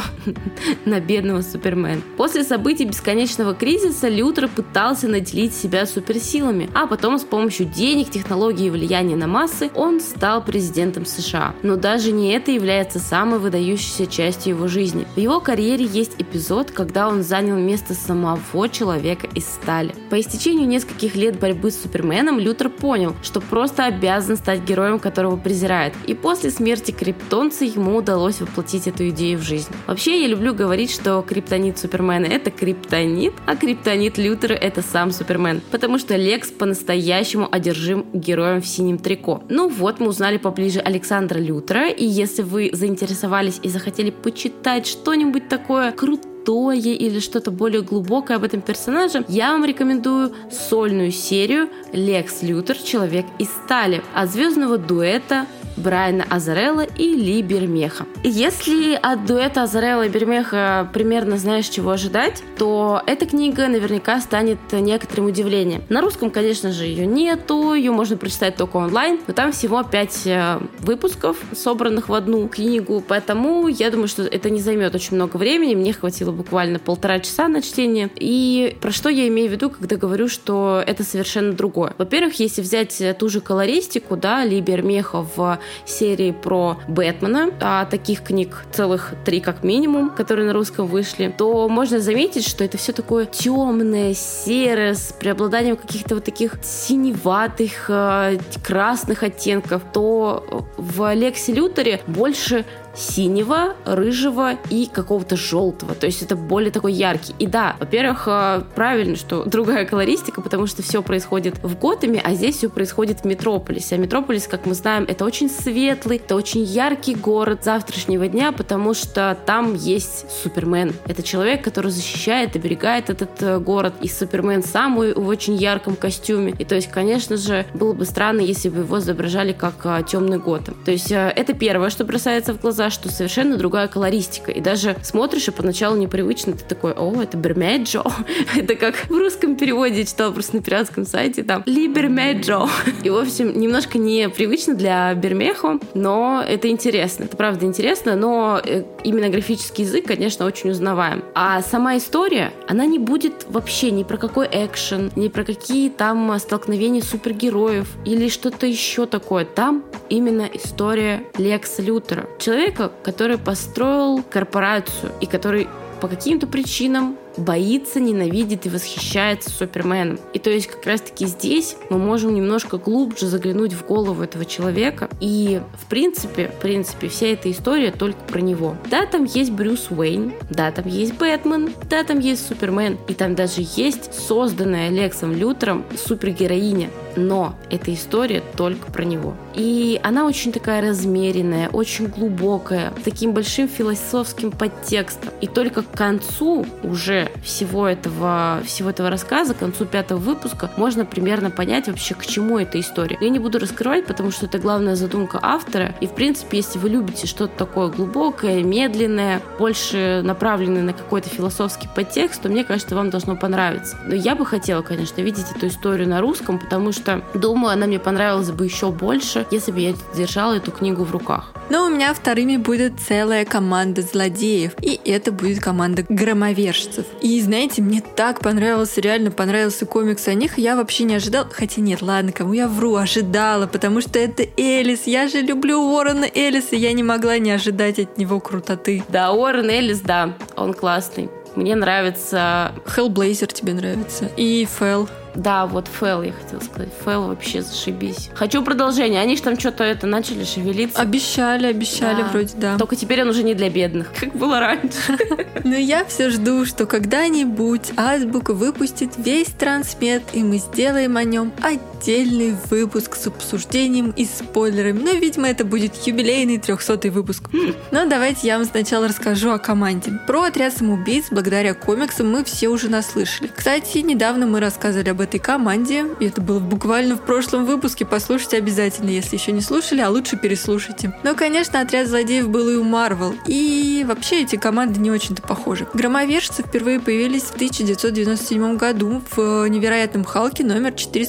на бедного Супермена. После событий бесконечного кризиса Лютер пытался наделить себя суперсилами, а потом с помощью денег, технологий и влияния на массы он стал президентом США. Но даже не это является самой выдающейся частью его жизни. В его карьере есть эпизод, когда он занял место самого человека из стали. По истечению нескольких лет борьбы с Суперменом Лютер понял, что просто обязан стать героем, которого презирает. И после смерти криптонца ему удалось воплотить эту идею в жизнь. Вообще, я люблю говорить, что криптонит Супермена — это криптонит, а криптонит Лютера — это сам Супермен. Потому что Лекс по-настоящему одержим героем в синем трико. Ну вот, мы узнали поближе Александра Лютера, и если вы заинтересовались и захотели почитать что-нибудь такое крутое или что-то более глубокое об этом персонаже, я вам рекомендую сольную серию «Лекс Лютер. Человек из стали» от звездного дуэта Брайана Азарелла и Ли Бермеха. И если от дуэта Азарелла и Бермеха примерно знаешь, чего ожидать, то эта книга наверняка станет некоторым удивлением. На русском, конечно же, ее нету, ее можно прочитать только онлайн, но там всего 5 выпусков, собранных в одну книгу, поэтому я думаю, что это не займет очень много времени, мне хватило буквально 1,5 часа на чтение. И про что я имею в виду, когда говорю, что это совершенно другое? Во-первых, если взять ту же колористику, да, Ли Бермеха в серии про Бэтмена, а таких книг целых 3 как минимум, которые на русском вышли, то можно заметить, что это все такое темное, серое, с преобладанием каких-то вот таких синеватых, красных оттенков, то в Лексе Лютере больше синего, рыжего и какого-то желтого. То есть это более такой яркий. И да, во-первых, правильно, что другая колористика, потому что все происходит в Готэме, а здесь все происходит в Метрополисе. А Метрополис, как мы знаем, это очень светлый, это очень яркий город завтрашнего дня, потому что там есть Супермен. Это человек, который защищает, оберегает этот город. И Супермен сам в очень ярком костюме. И то есть, конечно же, было бы странно, если бы его изображали как темный Готэм. То есть это первое, что бросается в глаза, что совершенно другая колористика. И даже смотришь, и поначалу непривычно, ты такой: о, это Бермеджо. Это как в русском переводе я читала просто на пиратском сайте, там Ли Бермеджо. И, в общем, немножко непривычно для Бермехо, но это интересно. Это правда интересно, но именно графический язык, конечно, очень узнаваем. А сама история, она не будет вообще ни про какой экшен, ни про какие там столкновения супергероев или что-то еще такое. Там именно история Лекса Лютера. Человека, который построил корпорацию и который по каким-то причинам боится, ненавидит и восхищается Суперменом. И то есть как раз-таки здесь мы можем немножко глубже заглянуть в голову этого человека. И в принципе, вся эта история только про него. Да, там есть Брюс Уэйн, да, там есть Бэтмен, да, там есть Супермен, и там даже есть созданная Лексом Лютером супергероиня. Но эта история только про него. И она очень такая размеренная, очень глубокая, с таким большим философским подтекстом. И только к концу уже всего этого рассказа, к концу 5-го выпуска, можно примерно понять вообще, к чему эта история. Я не буду раскрывать, потому что это главная задумка автора. И, в принципе, если вы любите что-то такое глубокое, медленное, больше направленное на какой-то философский подтекст, то мне кажется, вам должно понравиться. Но я бы хотела, конечно, видеть эту историю на русском, потому что, думаю, она мне понравилась бы еще больше, если бы я держала эту книгу в руках. Но у меня вторыми будет целая команда злодеев, и это будет команда громовержцев. И знаете, мне так реально понравился комикс о них, я вообще не ожидала, хотя нет, ладно, кому я вру, ожидала, потому что это Эллис, я же люблю Уоррена Эллиса, я не могла не ожидать от него крутоты. Да, Уоррен Эллис, да, он классный. Мне нравится... Hellblazer тебе нравится. И Фэл. Да, вот Фэл, я хотела сказать. Фэл вообще зашибись. Хочу продолжение. Они же там что-то начали шевелиться. Обещали, Да. вроде, да. Только теперь он уже не для бедных, как было раньше. Но я все жду, что когда-нибудь Азбука выпустит весь Трансмет, и мы сделаем о нем отдельный выпуск с обсуждением и спойлерами. Но, видимо, это будет юбилейный 300-й выпуск. Но давайте я вам сначала расскажу о команде. Про отряд самоубийц благодаря комиксам мы все уже наслышали. Кстати, недавно мы рассказывали об этой команде, и это было буквально в прошлом выпуске. Послушайте обязательно, если еще не слушали, а лучше переслушайте. Но, конечно, отряд злодеев был и у Marvel. И вообще эти команды не очень-то похожи. Громовержцы впервые появились в 1997 году в «Невероятном Халке» номер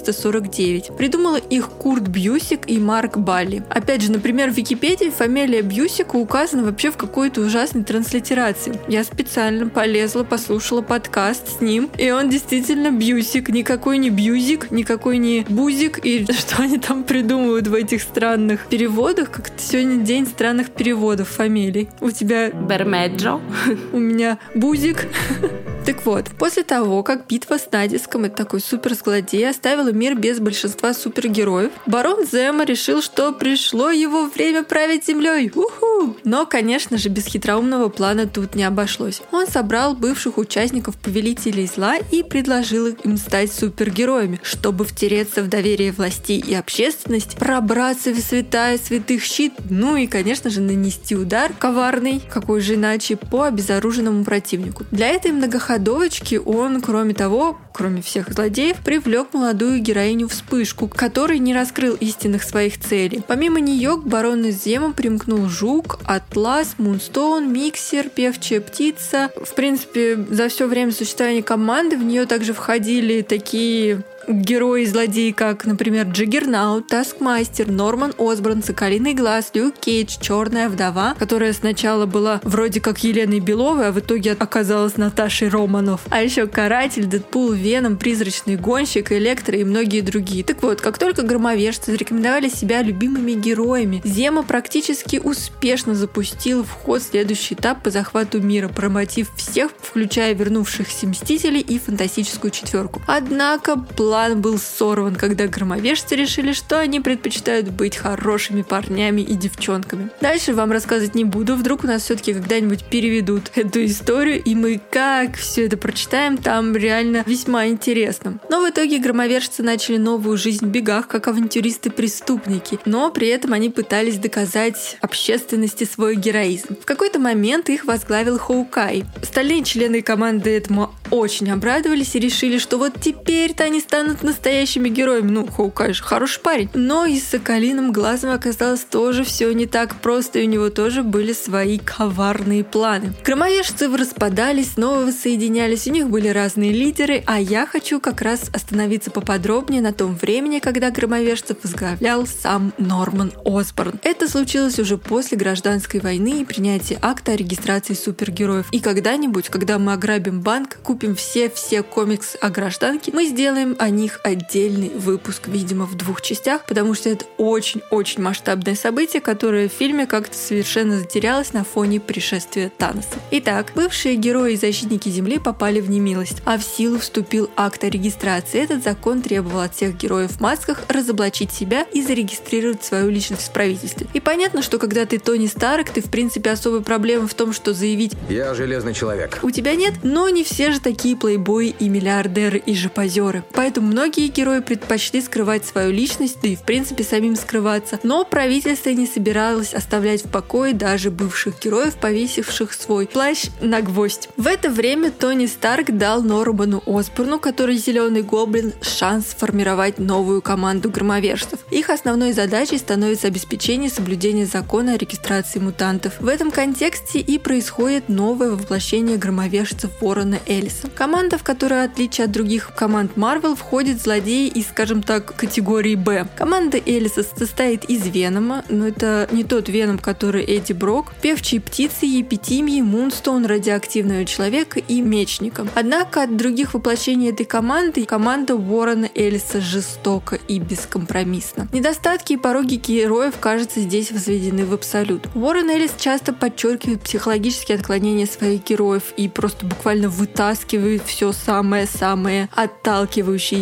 449. Придумала их Курт Бьюсик и Марк Балли. Опять же, например, в Википедии фамилия Бьюсика указана вообще в какой-то ужасной транслитерации. Я специально полезла, послушала подкаст с ним, и он действительно Бьюсик. Никакой не Бьюзик, никакой не Бузик, и что они там придумывают в этих странных переводах. Как-то сегодня день странных переводов фамилий. У тебя... Бермеджо. У меня Бузик. Так вот, после того, как битва с Надиском, это такой суперзлодей, оставила мир без большинства супергероев, барон Зема решил, что пришло его время править землей. Уху! Но, конечно же, без хитроумного плана тут не обошлось. Он собрал бывших участников Повелителей Зла и предложил им стать супергероями, чтобы втереться в доверие властей и общественности, пробраться в святая святых щит, ну и, конечно же, нанести удар коварный, какой же иначе, по обезоруженному противнику. Для этой многоходовочки он, кроме того, кроме всех злодеев, привлек молодую героиню Вспышку, который не раскрыл истинных своих целей. Помимо нее к барону Зему примкнул Жук, Атлас, Мунстоун, Миксер, Певчая птица. В принципе, за все время существования команды в нее также входили такие герои-злодеи, как, например, Джиггернаут, Таскмастер, Норман Осборн, Соколиный глаз, Люк Кейдж, Черная вдова, которая сначала была вроде как Еленой Беловой, а в итоге оказалась Наташей Романов. А еще Каратель, Дэдпул, Веном, Призрачный гонщик, Электро и многие другие. Так вот, как только громовержцы зарекомендовали себя любимыми героями, Зема практически успешно запустил в ход следующий этап по захвату мира, промотив всех, включая вернувшихся Мстителей и Фантастическую четверку. Однако план был сорван, когда громовержцы решили, что они предпочитают быть хорошими парнями и девчонками. Дальше вам рассказывать не буду, вдруг у нас все-таки когда-нибудь переведут эту историю, и мы как все это прочитаем, там реально весьма интересно. Но в итоге громовержцы начали новую жизнь в бегах, как авантюристы-преступники, но при этом они пытались доказать общественности свой героизм. В какой-то момент их возглавил Хоукай. Остальные члены команды этому очень обрадовались и решили, что вот теперь-то они станут настоящими героями. Ну, Хоукай же хороший парень. Но и с Соколиным глазом оказалось тоже все не так просто, и у него тоже были свои коварные планы. Громовержцы распадались, снова воссоединялись, у них были разные лидеры, а я хочу как раз остановиться поподробнее на том времени, когда громовержцев возглавлял сам Норман Осборн. Это случилось уже после гражданской войны и принятия акта о регистрации супергероев. И когда-нибудь, когда мы ограбим банк, купим все комиксы о гражданке, мы сделаем о них отдельный выпуск, видимо, в 2 частях, потому что это очень-очень масштабное событие, которое в фильме как-то совершенно затерялось на фоне пришествия Таноса. Итак, бывшие герои и защитники Земли попали в немилость, а в силу вступил акт о регистрации. Этот закон требовал от всех героев в масках разоблачить себя и зарегистрировать свою личность в правительстве. И понятно, что когда ты Тони Старк, ты в принципе особой проблемы в том, что заявить «Я железный человек» у тебя нет, но не все же такие плейбои и миллиардеры и жопозеры. Поэтому многие герои предпочли скрывать свою личность, да и в принципе самим скрываться. Но правительство не собиралось оставлять в покое даже бывших героев, повесивших свой плащ на гвоздь. В это время Тони Старк дал Норману Осборну, который зеленый гоблин, шанс сформировать новую команду громовержцев. Их основной задачей становится обеспечение соблюдения закона о регистрации мутантов. В этом контексте и происходит новое воплощение громовержцев Уоррена Эллиса. Команда, в которой, в отличие от других команд Marvel, входит злодеи из, скажем так, категории Б. Команда Эллиса состоит из Венома, но это не тот Веном, который Эдди Брок, Певчей птицы, Епитимии, Мунстоун, Радиоактивного человека и Мечника. Однако от других воплощений этой команды команда Уоррена Эллиса жестока и бескомпромиссна. Недостатки и пороги героев, кажется, здесь возведены в абсолют. Уоррен Эллис часто подчеркивает психологические отклонения своих героев и просто буквально вытаскивает все самое-самое отталкивающее из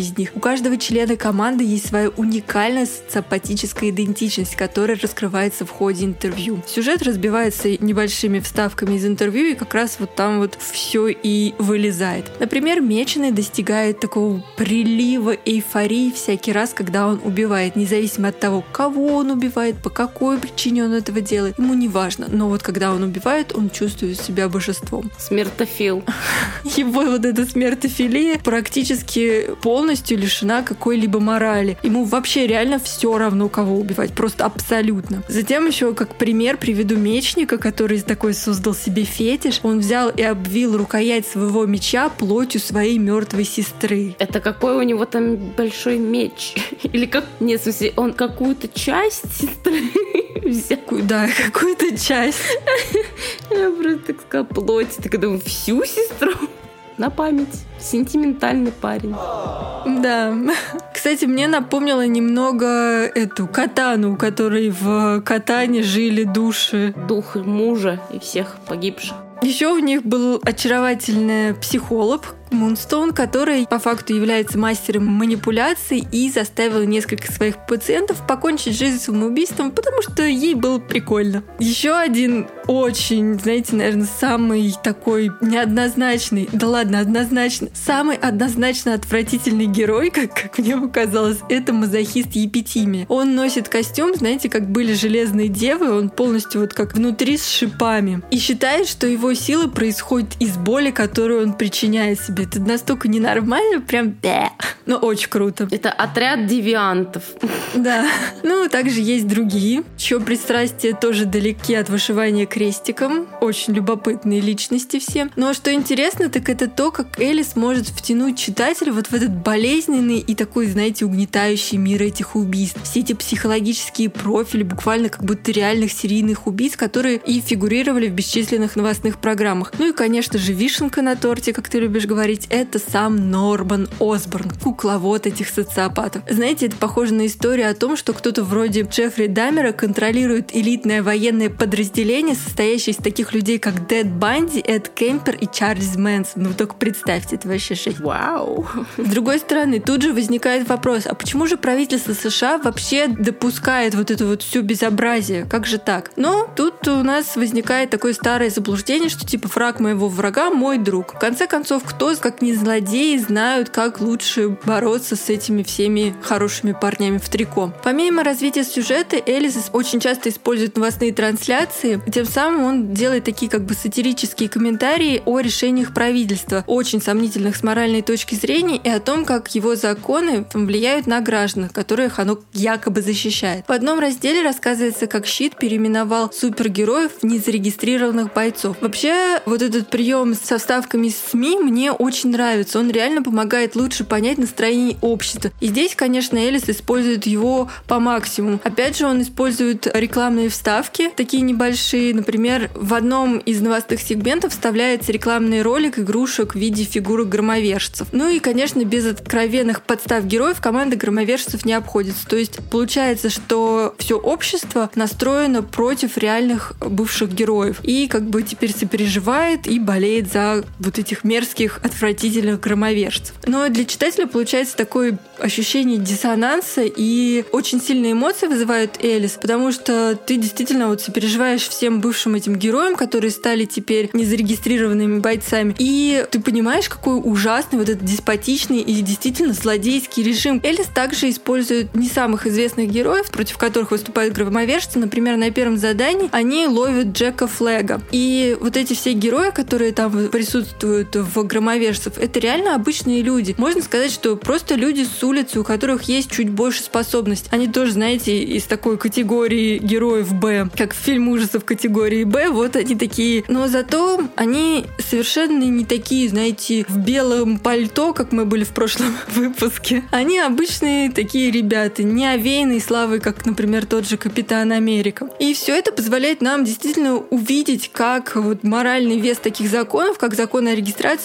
из них. У каждого члена команды есть своя уникальная социопатическая идентичность, которая раскрывается в ходе интервью. Сюжет разбивается небольшими вставками из интервью, и как раз вот там вот все и вылезает. Например, Меченый достигает такого прилива эйфории всякий раз, когда он убивает, независимо от того, кого он убивает, по какой причине он этого делает, ему не важно. Но вот когда он убивает, он чувствует себя божеством. Смертофил. Его вот эта смертофилия практически полностью лишена какой-либо морали. Ему вообще реально все равно, кого убивать, просто абсолютно. Затем еще как пример приведу мечника, который такой создал себе фетиш. Он взял и обвил рукоять своего меча плотью своей мертвой сестры. Это какой у него там большой меч? Или как? Нет, в смысле, он какую-то часть сестры взял? Да, какую-то часть. Я просто так сказала, плоть. Так думаю, всю сестру? На память. Сентиментальный парень. Да. Кстати, мне напомнило немного эту Катану, у которой в Катане жили души. Дух мужа и всех погибших. Еще у них был очаровательный психолог Мунстоун, который по факту является мастером манипуляций и заставил несколько своих пациентов покончить жизнь самоубийством, потому что ей было прикольно. Еще один очень, знаете, наверное, самый такой неоднозначный, да ладно, однозначно, самый однозначно отвратительный герой, как мне показалось, это мазохист Епитимия. Он носит костюм, знаете, как были железные девы, он полностью вот как внутри с шипами. И считает, что его сила происходит из боли, которую он причиняет себе. Это настолько ненормально, прям да. Но очень круто. Это отряд девиантов. Да. Ну, также есть другие, чье пристрастие тоже далеки от вышивания крестиком. Очень любопытные личности все. Но что интересно, так это то, как Элис может втянуть читателя вот в этот болезненный и такой, знаете, угнетающий мир этих убийств. Все эти психологические профили, буквально как будто реальных серийных убийц, которые и фигурировали в бесчисленных новостных программах. Ну и, конечно же, вишенка на торте, как ты любишь говорить, это сам Норман Осборн, кукловод этих социопатов. Знаете, это похоже на историю о том, что кто-то вроде Джеффри Даммера контролирует элитное военное подразделение, состоящее из таких людей, как Тед Банди, Эд Кемпер и Чарльз Мэнсон. Ну, только представьте, это вообще шесть. Вау! С другой стороны, тут же возникает вопрос, а почему же правительство США вообще допускает вот это вот все безобразие? Как же так? Но тут у нас возникает такое старое заблуждение, что типа враг моего врага мой друг. В конце концов, кто, как не злодеи, знают, как лучше бороться с этими всеми хорошими парнями в трико. Помимо развития сюжета, Элис очень часто использует новостные трансляции, тем самым он делает такие как бы сатирические комментарии о решениях правительства, очень сомнительных с моральной точки зрения, и о том, как его законы влияют на граждан, которых оно якобы защищает. В одном разделе рассказывается, как Щит переименовал супергероев в незарегистрированных бойцов. Вообще, вот этот прием со вставками СМИ мне очень нравится. Он реально помогает лучше понять настроение общества. И здесь, конечно, Элис использует его по максимуму. Опять же, он использует рекламные вставки, такие небольшие. Например, в одном из новостных сегментов вставляется рекламный ролик игрушек в виде фигурок громовержцев. Ну и, конечно, без откровенных подстав героев команда громовержцев не обходится. То есть получается, что все общество настроено против реальных бывших героев. И как бы теперь сопереживает и болеет за вот этих мерзких, отвратительных громовержцев. Но для читателя получается такое ощущение диссонанса, и очень сильные эмоции вызывают Элис, потому что ты действительно вот сопереживаешь всем бывшим этим героям, которые стали теперь незарегистрированными бойцами, и ты понимаешь, какой ужасный вот этот деспотичный и действительно злодейский режим. Элис также использует не самых известных героев, против которых выступают громовержцы. Например, на первом задании они ловят Джека Флэга. И вот эти все герои, которые там присутствуют в громовержцев, это реально обычные люди. Можно сказать, что просто люди с улицы, у которых есть чуть больше способностей. Они тоже, знаете, из такой категории героев Б, как фильм ужасов категории Б, вот они такие. Но зато они совершенно не такие, знаете, в белом пальто, как мы были в прошлом выпуске. Они обычные такие ребята, не овеянные славой, как, например, тот же Капитан Америка. И все это позволяет нам действительно увидеть, как вот моральный вес таких законов, как закон о регистрации, будет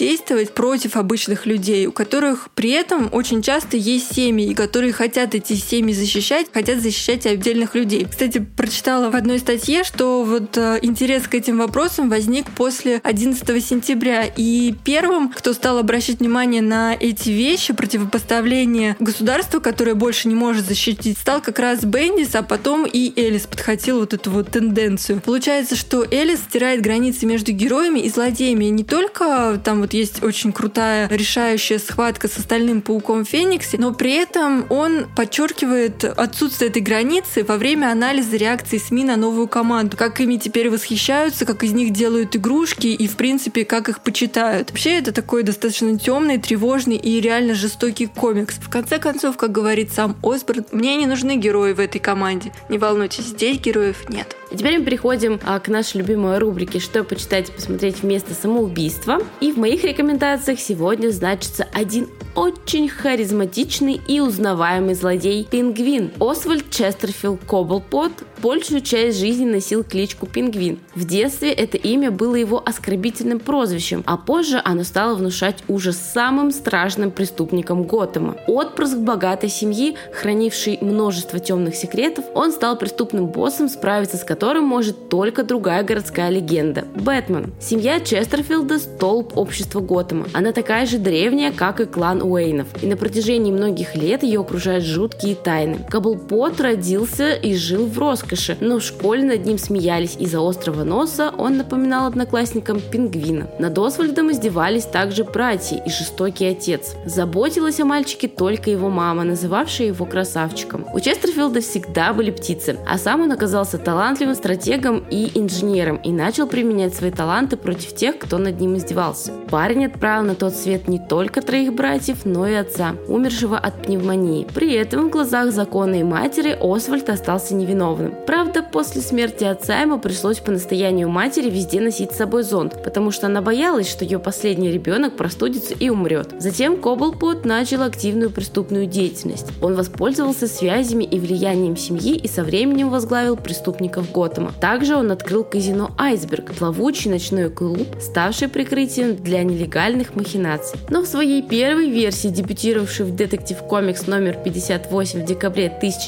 действовать против обычных людей, у которых при этом очень часто есть семьи, и которые хотят эти семьи защищать, хотят защищать отдельных людей. Кстати, прочитала в одной статье, что вот интерес к этим вопросам возник после 11 сентября, и первым, кто стал обращать внимание на эти вещи, противопоставление государства, которое больше не может защитить, стал как раз Бендис, а потом и Элис подхватил вот эту вот тенденцию. Получается, что Элис стирает границы между героями и злодеями. Не только там вот есть очень крутая решающая схватка с остальным пауком в Фениксе, но при этом он подчеркивает отсутствие этой границы во время анализа реакции СМИ на новую команду. Как ими теперь восхищаются, как из них делают игрушки и, в принципе, как их почитают. Вообще, это такой достаточно темный, тревожный и реально жестокий комикс. В конце концов, как говорит сам Осборн, мне не нужны герои в этой команде. Не волнуйтесь, здесь героев нет. И теперь мы переходим к нашей любимой рубрике «Что почитать и посмотреть вместо самоубийства». И в моих рекомендациях сегодня значится один очень харизматичный и узнаваемый злодей – Пингвин. Освальд Честерфилд Коблпот большую часть жизни носил кличку Пингвин. В детстве это имя было его оскорбительным прозвищем, а позже оно стало внушать ужас самым страшным преступникам Готэма. Отпрыск богатой семьи, хранивший множество темных секретов, он стал преступным боссом, справиться с которым может только другая городская легенда – Бэтмен. Семья Честерфилда – столб общества Готэма. Она такая же древняя, как и клан Уэйнов, и на протяжении многих лет ее окружают жуткие тайны. Коблпот родился и жил в роскоши, но в школе над ним смеялись из-за острого носа, он напоминал одноклассникам пингвина. Над Освальдом издевались также братья и жестокий отец. Заботилась о мальчике только его мама, называвшая его красавчиком. У Честерфилда всегда были птицы, а сам он оказался талантливым стратегом и инженером и начал применять свои таланты против тех, кто над ним издевался. Парень отправил на тот свет не только троих братьев, но и отца, умершего от пневмонии. При этом в глазах закона и матери Освальд остался невиновным. Правда, после смерти отца ему пришлось по настоянию матери везде носить с собой зонт, потому что она боялась, что ее последний ребенок простудится и умрет. Затем Коблпот начал активную преступную деятельность. Он воспользовался связями и влиянием семьи и со временем возглавил преступников Готэма. Также он открыл казино «Айсберг», плавучий ночной клуб, ставший прикрытием для нелегальных махинаций. Но в своей первой версии, дебютировавшей в Detective Comics номер 58 в декабре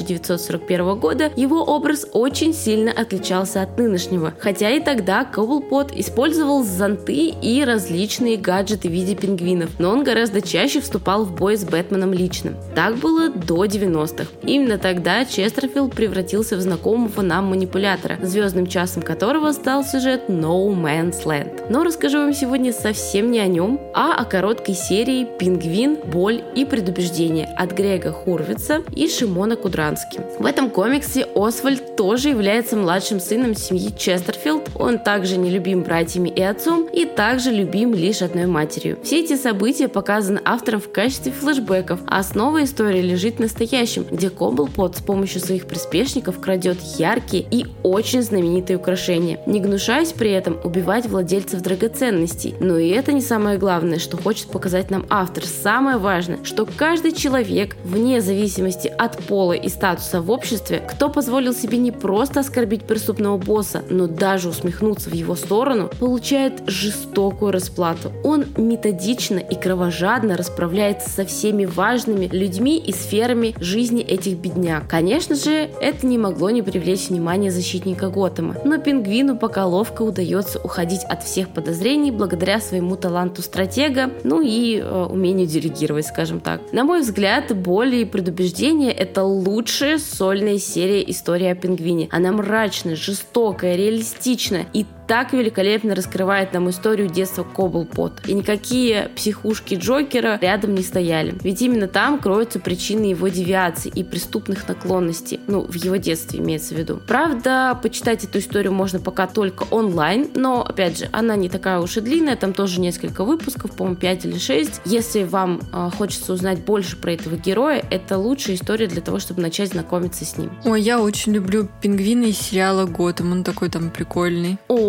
1941 года, его образ очень сильно отличался от нынешнего, хотя и тогда Коблпот использовал зонты и различные гаджеты в виде пингвинов, но он гораздо чаще вступал в бой с Бэтменом лично. Так было до 90-х. Именно тогда Честерфилд превратился в знакомого нам манипулятора, звездным часом которого стал сюжет No Man's Land. Но расскажу вам сегодня совсем не о нем, а о короткой серии «Пингвин. Боль и предубеждение» от Грега Хорвица и Шимона Кудрански. В этом комиксе Освальд тоже является младшим сыном семьи Честерфилд, он также нелюбим братьями и отцом, и также любим лишь одной матерью. Все эти события показаны автором в качестве флешбеков, а основа истории лежит в настоящем, где Коблпот с помощью своих приспешников крадет яркие и очень знаменитые украшения, не гнушаясь при этом убивать владельцев драгоценностей. Но и это не самое главное, что хочет показать нам автор. Самое важное, что каждый человек, вне зависимости от пола и статуса в обществе, кто позволил себе не просто оскорбить преступного босса, но даже усмехнуться в его сторону, получает жестокую расплату. Он методично и кровожадно расправляется со всеми важными людьми и сферами жизни этих бедняк. Конечно же, это не могло не привлечь внимание защитника Готэма, но Пингвину пока ловко удается уходить от всех подозрений благодаря своему таланту стратега, ну и умению делегировать, скажем так. На мой взгляд, «Боль и предубеждение» — это лучшая сольная серия истории о Пингвине. Она мрачная, жестокая, реалистичная и так великолепно раскрывает нам историю детства Коблпота. И никакие психушки Джокера рядом не стояли. Ведь именно там кроются причины его девиаций и преступных наклонностей. Ну, в его детстве имеется в виду. Правда, почитать эту историю можно пока только онлайн, но, опять же, она не такая уж и длинная, там тоже несколько выпусков, по-моему, 5 или 6. Если вам хочется узнать больше про этого героя, это лучшая история для того, чтобы начать знакомиться с ним. Ой, я очень люблю Пингвина из сериала «Готэм», он такой там прикольный.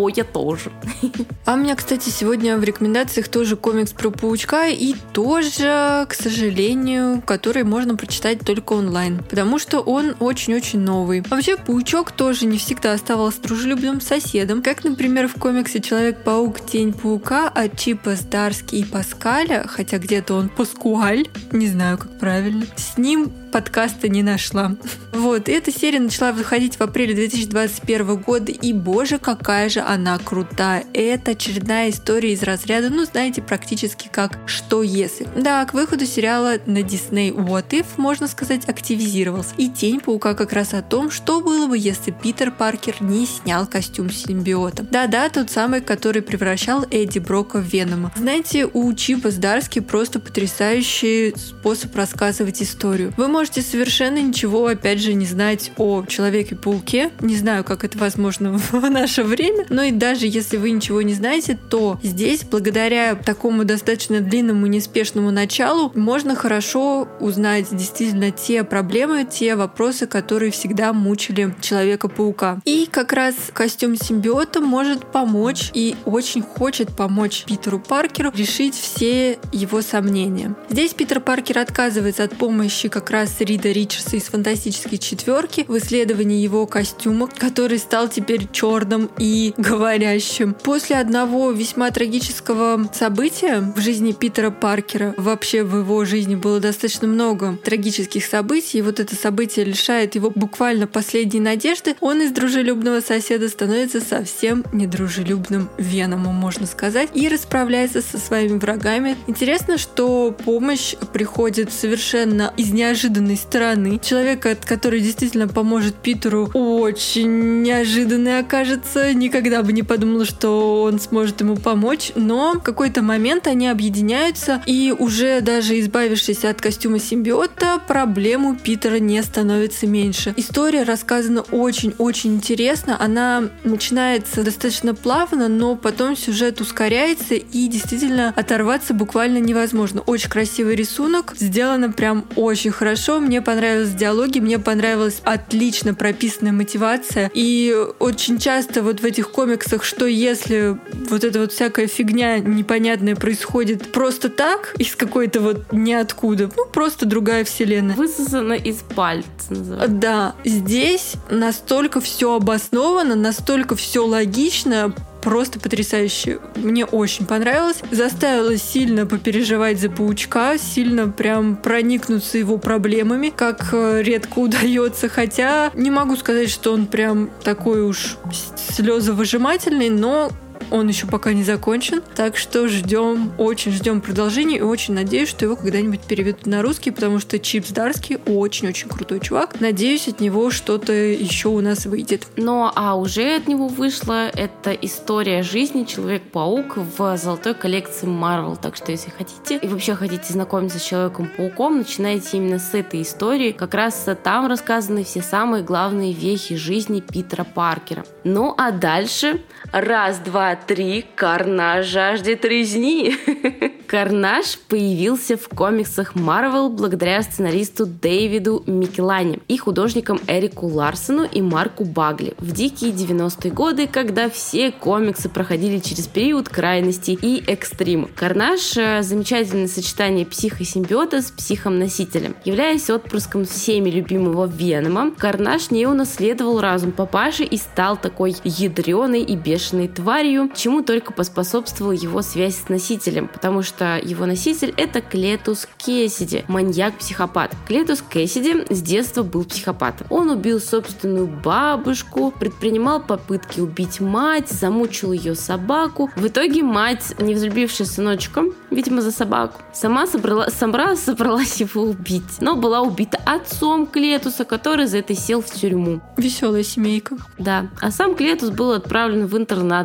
О, я тоже. А у меня, кстати, сегодня в рекомендациях тоже комикс про паучка, и тоже, к сожалению, который можно прочитать только онлайн, потому что он очень-очень новый. Вообще, паучок тоже не всегда оставался дружелюбным соседом, как, например, в комиксе «Человек-паук. Тень паука» от Чипа Здарски и Паскаля, хотя где-то он Паскуаль, не знаю, как правильно. С ним подкаста не нашла. Вот, и эта серия начала выходить в апреле 2021 года, и, боже, какая же она крутая. Это очередная история из разряда, ну, знаете, практически как «Что если?». Да, к выходу сериала на Disney What If, можно сказать, активизировался. И «Тень паука» как раз о том, что было бы, если Питер Паркер не снял костюм симбиота. Да-да, тот самый, который превращал Эдди Брока в Венома. Знаете, у Чипа Здарски просто потрясающий способ рассказывать историю. Вы можете совершенно ничего, опять же, не знать о Человеке-пауке. Не знаю, как это возможно в наше время, но и даже если вы ничего не знаете, то здесь, благодаря такому достаточно длинному неспешному началу, можно хорошо узнать действительно те проблемы, те вопросы, которые всегда мучили Человека-паука. И как раз костюм симбиота может помочь и очень хочет помочь Питеру Паркеру решить все его сомнения. Здесь Питер Паркер отказывается от помощи как раз Рида Ричардса из «Фантастической четверки» в исследовании его костюма, который стал теперь черным и говорящим. После одного весьма трагического события в жизни Питера Паркера, вообще в его жизни было достаточно много трагических событий, и вот это событие лишает его буквально последней надежды, он из дружелюбного соседа становится совсем недружелюбным Веномом, можно сказать, и расправляется со своими врагами. Интересно, что помощь приходит совершенно из неожиданной стороны. Человека, который действительно поможет Питеру, очень неожиданный окажется. Никогда бы не подумала, что он сможет ему помочь. Но в какой-то момент они объединяются, и уже даже избавившись от костюма симбиота, проблем у Питера не становится меньше. История рассказана очень-очень интересно. Она начинается достаточно плавно, но потом сюжет ускоряется, и действительно оторваться буквально невозможно. Очень красивый рисунок, сделано прям очень хорошо. Мне понравились диалоги, мне понравилась отлично прописанная мотивация. И очень часто вот в этих комиксах, что если вот эта вот всякая фигня непонятная происходит просто так, из какой-то вот ниоткуда, ну просто другая вселенная. Высосано из пальца называется. Да, здесь настолько все обосновано, настолько все логично, просто потрясающе. Мне очень понравилось. Заставило сильно попереживать за паучка, сильно прям проникнуться его проблемами, как редко удается. Хотя не могу сказать, что он прям такой уж слезовыжимательный, но он еще пока не закончен, так что очень ждем продолжения и очень надеюсь, что его когда-нибудь переведут на русский, потому что Чип Здарски очень-очень крутой чувак. Надеюсь, от него что-то еще у нас выйдет. Ну, а уже от него вышла эта история жизни Человек-паук в золотой коллекции Marvel. Так что, если хотите и вообще хотите знакомиться с Человеком-пауком, начинайте именно с этой истории. Как раз там рассказаны все самые главные вехи жизни Питера Паркера. Ну, а дальше раз, два, три, Карнаж жаждет резни. Карнаж появился в комиксах Marvel благодаря сценаристу Дэвиду Микелане и художникам Эрику Ларсону и Марку Багли в дикие 90-е годы, когда все комиксы проходили через период крайностей и экстрима. Карнаж — замечательное сочетание психосимбиота с психом-носителем. Являясь отпрыском всеми любимого Венома, Карнаж не унаследовал разум папаши и стал такой ядреной и бешеной тварью, чему только поспособствовала его связь с носителем, потому что его носитель — это Клетус Кэссиди, маньяк-психопат. Клетус Кэссиди с детства был психопатом. Он убил собственную бабушку, предпринимал попытки убить мать, замучил ее собаку. В итоге мать, не взлюбившая сыночка, видимо, за собаку, сама собралась его убить, но была убита отцом Клетуса, который за это сел в тюрьму. Веселая семейка. Да, а сам Клетус был отправлен в интернат, где убил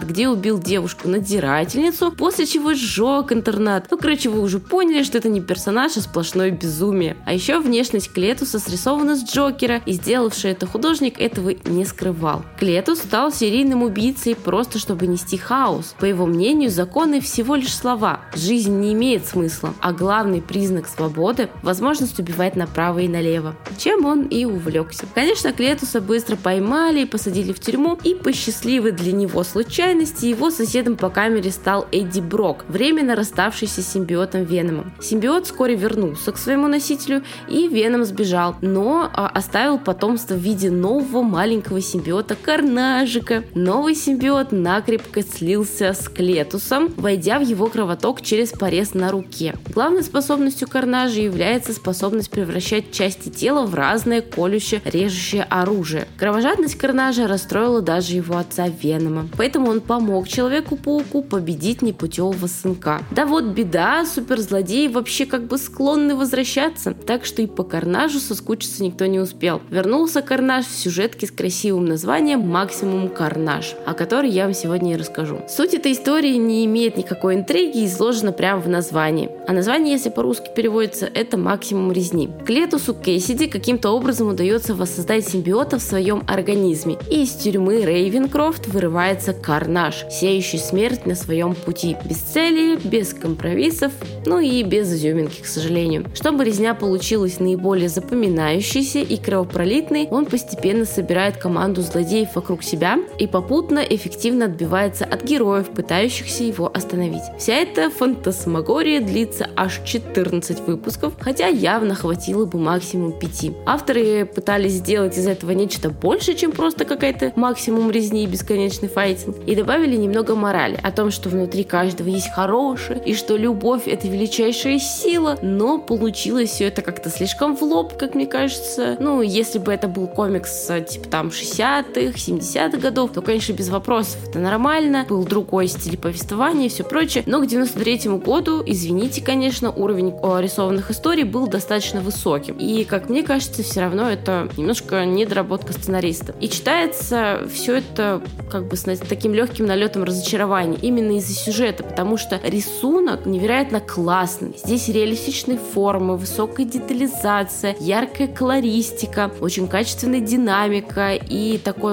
убил девушку-надзирательницу, после чего сжег интернат. Вы уже поняли, что это не персонаж, а сплошное безумие. А еще внешность Клетуса срисована с Джокера, и сделавший это художник этого не скрывал. Клетус стал серийным убийцей просто чтобы нести хаос. По его мнению, законы всего лишь слова. Жизнь не имеет смысла, а главный признак свободы – возможность убивать направо и налево. Чем он и увлекся. Конечно, Клетуса быстро поймали и посадили в тюрьму, и по счастливой для него случайности его соседом по камере стал Эдди Брок, временно расставшийся с симбиотом Веномом. Симбиот вскоре вернулся к своему носителю, и Веном сбежал, но оставил потомство в виде нового маленького симбиота Карнажика. Новый симбиот накрепко слился с Клетусом, войдя в его кровоток через порез на руке. Главной способностью Карнажа является способность превращать части тела в разное колющее, режущее оружие. Кровожадность Карнажа расстроила даже его отца Венома, поэтому он помог Человеку-пауку победить непутевого сынка. Да вот беда, суперзлодеи вообще склонны возвращаться, так что и по Карнажу соскучиться никто не успел. Вернулся Карнаж в сюжетке с красивым названием «Максимум Карнаж», о которой я вам сегодня и расскажу. Суть этой истории не имеет никакой интриги и изложена прямо в названии. А название, если по-русски переводится, это «Максимум резни». Клетусу Кэссиди каким-то образом удается воссоздать симбиота в своем организме, и из тюрьмы Рейвенкрофт вырывается Карнаж, сеющий смерть на своем пути, без цели, без компромиссов, и без изюминки, к сожалению. Чтобы резня получилась наиболее запоминающейся и кровопролитной, он постепенно собирает команду злодеев вокруг себя и попутно эффективно отбивается от героев, пытающихся его остановить. Вся эта фантасмагория длится аж 14 выпусков, хотя явно хватило бы максимум 5. Авторы пытались сделать из этого нечто больше, чем просто какая-то максимум резни и бесконечный файтинг, и добавили немного морали о том, что внутри каждого есть хорошее, и что любовь — это величайшая сила, но получилось все это как-то слишком в лоб, как мне кажется. Если бы это был комикс типа 60-х, 70-х годов, то, конечно, без вопросов, это нормально, был другой стиль повествования и все прочее, но к 93-му году, извините, конечно, уровень рисованных историй был достаточно высоким, и, как мне кажется, все равно это немножко недоработка сценариста. И читается все это с таким легким налетом разочарования именно из-за сюжета, потому что рисунок невероятно классный. Здесь реалистичные формы, высокая детализация, яркая колористика, очень качественная динамика и такой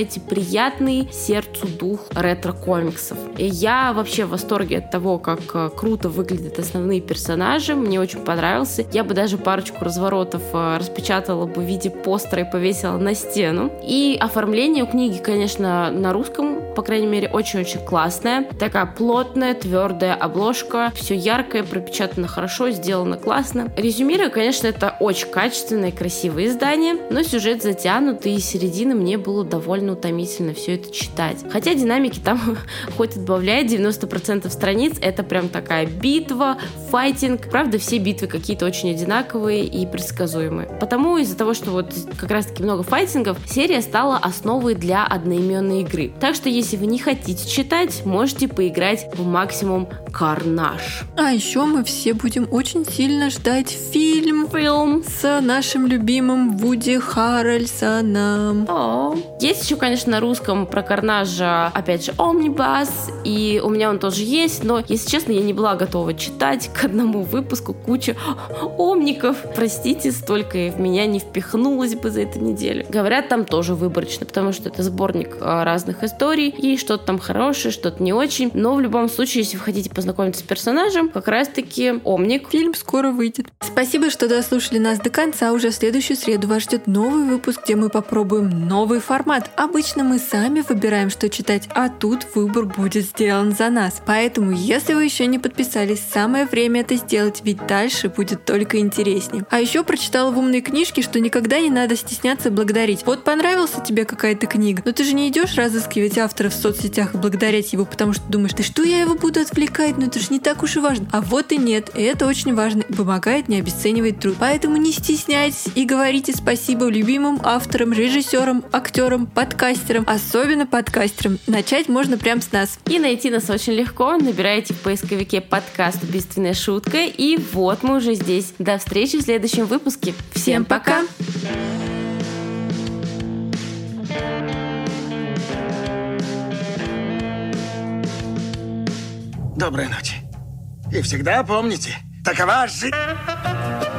приятный сердцу дух ретро-комиксов. И я вообще в восторге от того, как круто выглядят основные персонажи. Мне очень понравился. Я бы даже парочку разворотов распечатала бы в виде постера и повесила на стену. И оформление у книги, конечно, на русском, по крайней мере, очень-очень классная. Такая плотная, твердая обложка. Все яркое, пропечатано хорошо, сделано классно. Резюмируя, конечно, это очень качественное и красивое издание, но сюжет затянутый, и с середины мне было довольно утомительно все это читать. Хотя динамики там хоть отбавляет, 90% страниц это прям такая битва, файтинг. Правда, все битвы какие-то очень одинаковые и предсказуемые. Потому из-за того, что как раз-таки много файтингов, серия стала основой для одноименной игры. Так что, если вы не хотите читать, можете поиграть в «Максимум Карнаж». А еще мы все будем очень сильно ждать фильм с нашим любимым Вуди Харрельсоном. Есть еще, конечно, на русском про Карнажа, опять же, «Омнибас», и у меня он тоже есть, но, если честно, я не была готова читать к одному выпуску кучу омников. Простите, столько в меня не впихнулось бы за эту неделю. Говорят, там тоже выборочно, потому что это сборник разных историй, и что-то там хорошее, что-то не очень. Но в любом случае, если вы хотите познакомиться с персонажем, как раз-таки «Омник». Фильм скоро выйдет. Спасибо, что дослушали нас до конца. Уже в следующую среду вас ждет новый выпуск, где мы попробуем новый формат. Обычно мы сами выбираем, что читать, а тут выбор будет сделан за нас. Поэтому, если вы еще не подписались, самое время это сделать, ведь дальше будет только интереснее. А еще прочитала в умной книжке, что никогда не надо стесняться благодарить. Вот понравилась тебе какая-то книга, но ты же не идешь разыскивать автора в соцсетях и благодарить его, потому что думаешь, да что я его буду отвлекать, это же не так уж и важно. А вот и нет, и это очень важно и помогает не обесценивать труд. Поэтому не стесняйтесь и говорите спасибо любимым авторам, режиссерам, актерам, подкастерам, особенно подкастерам. Начать можно прямо с нас. И найти нас очень легко. Набираете в поисковике подкаст «Убийственная шутка», и вот мы уже здесь. До встречи в следующем выпуске. Всем пока! Доброй ночи. И всегда помните, такова жизнь.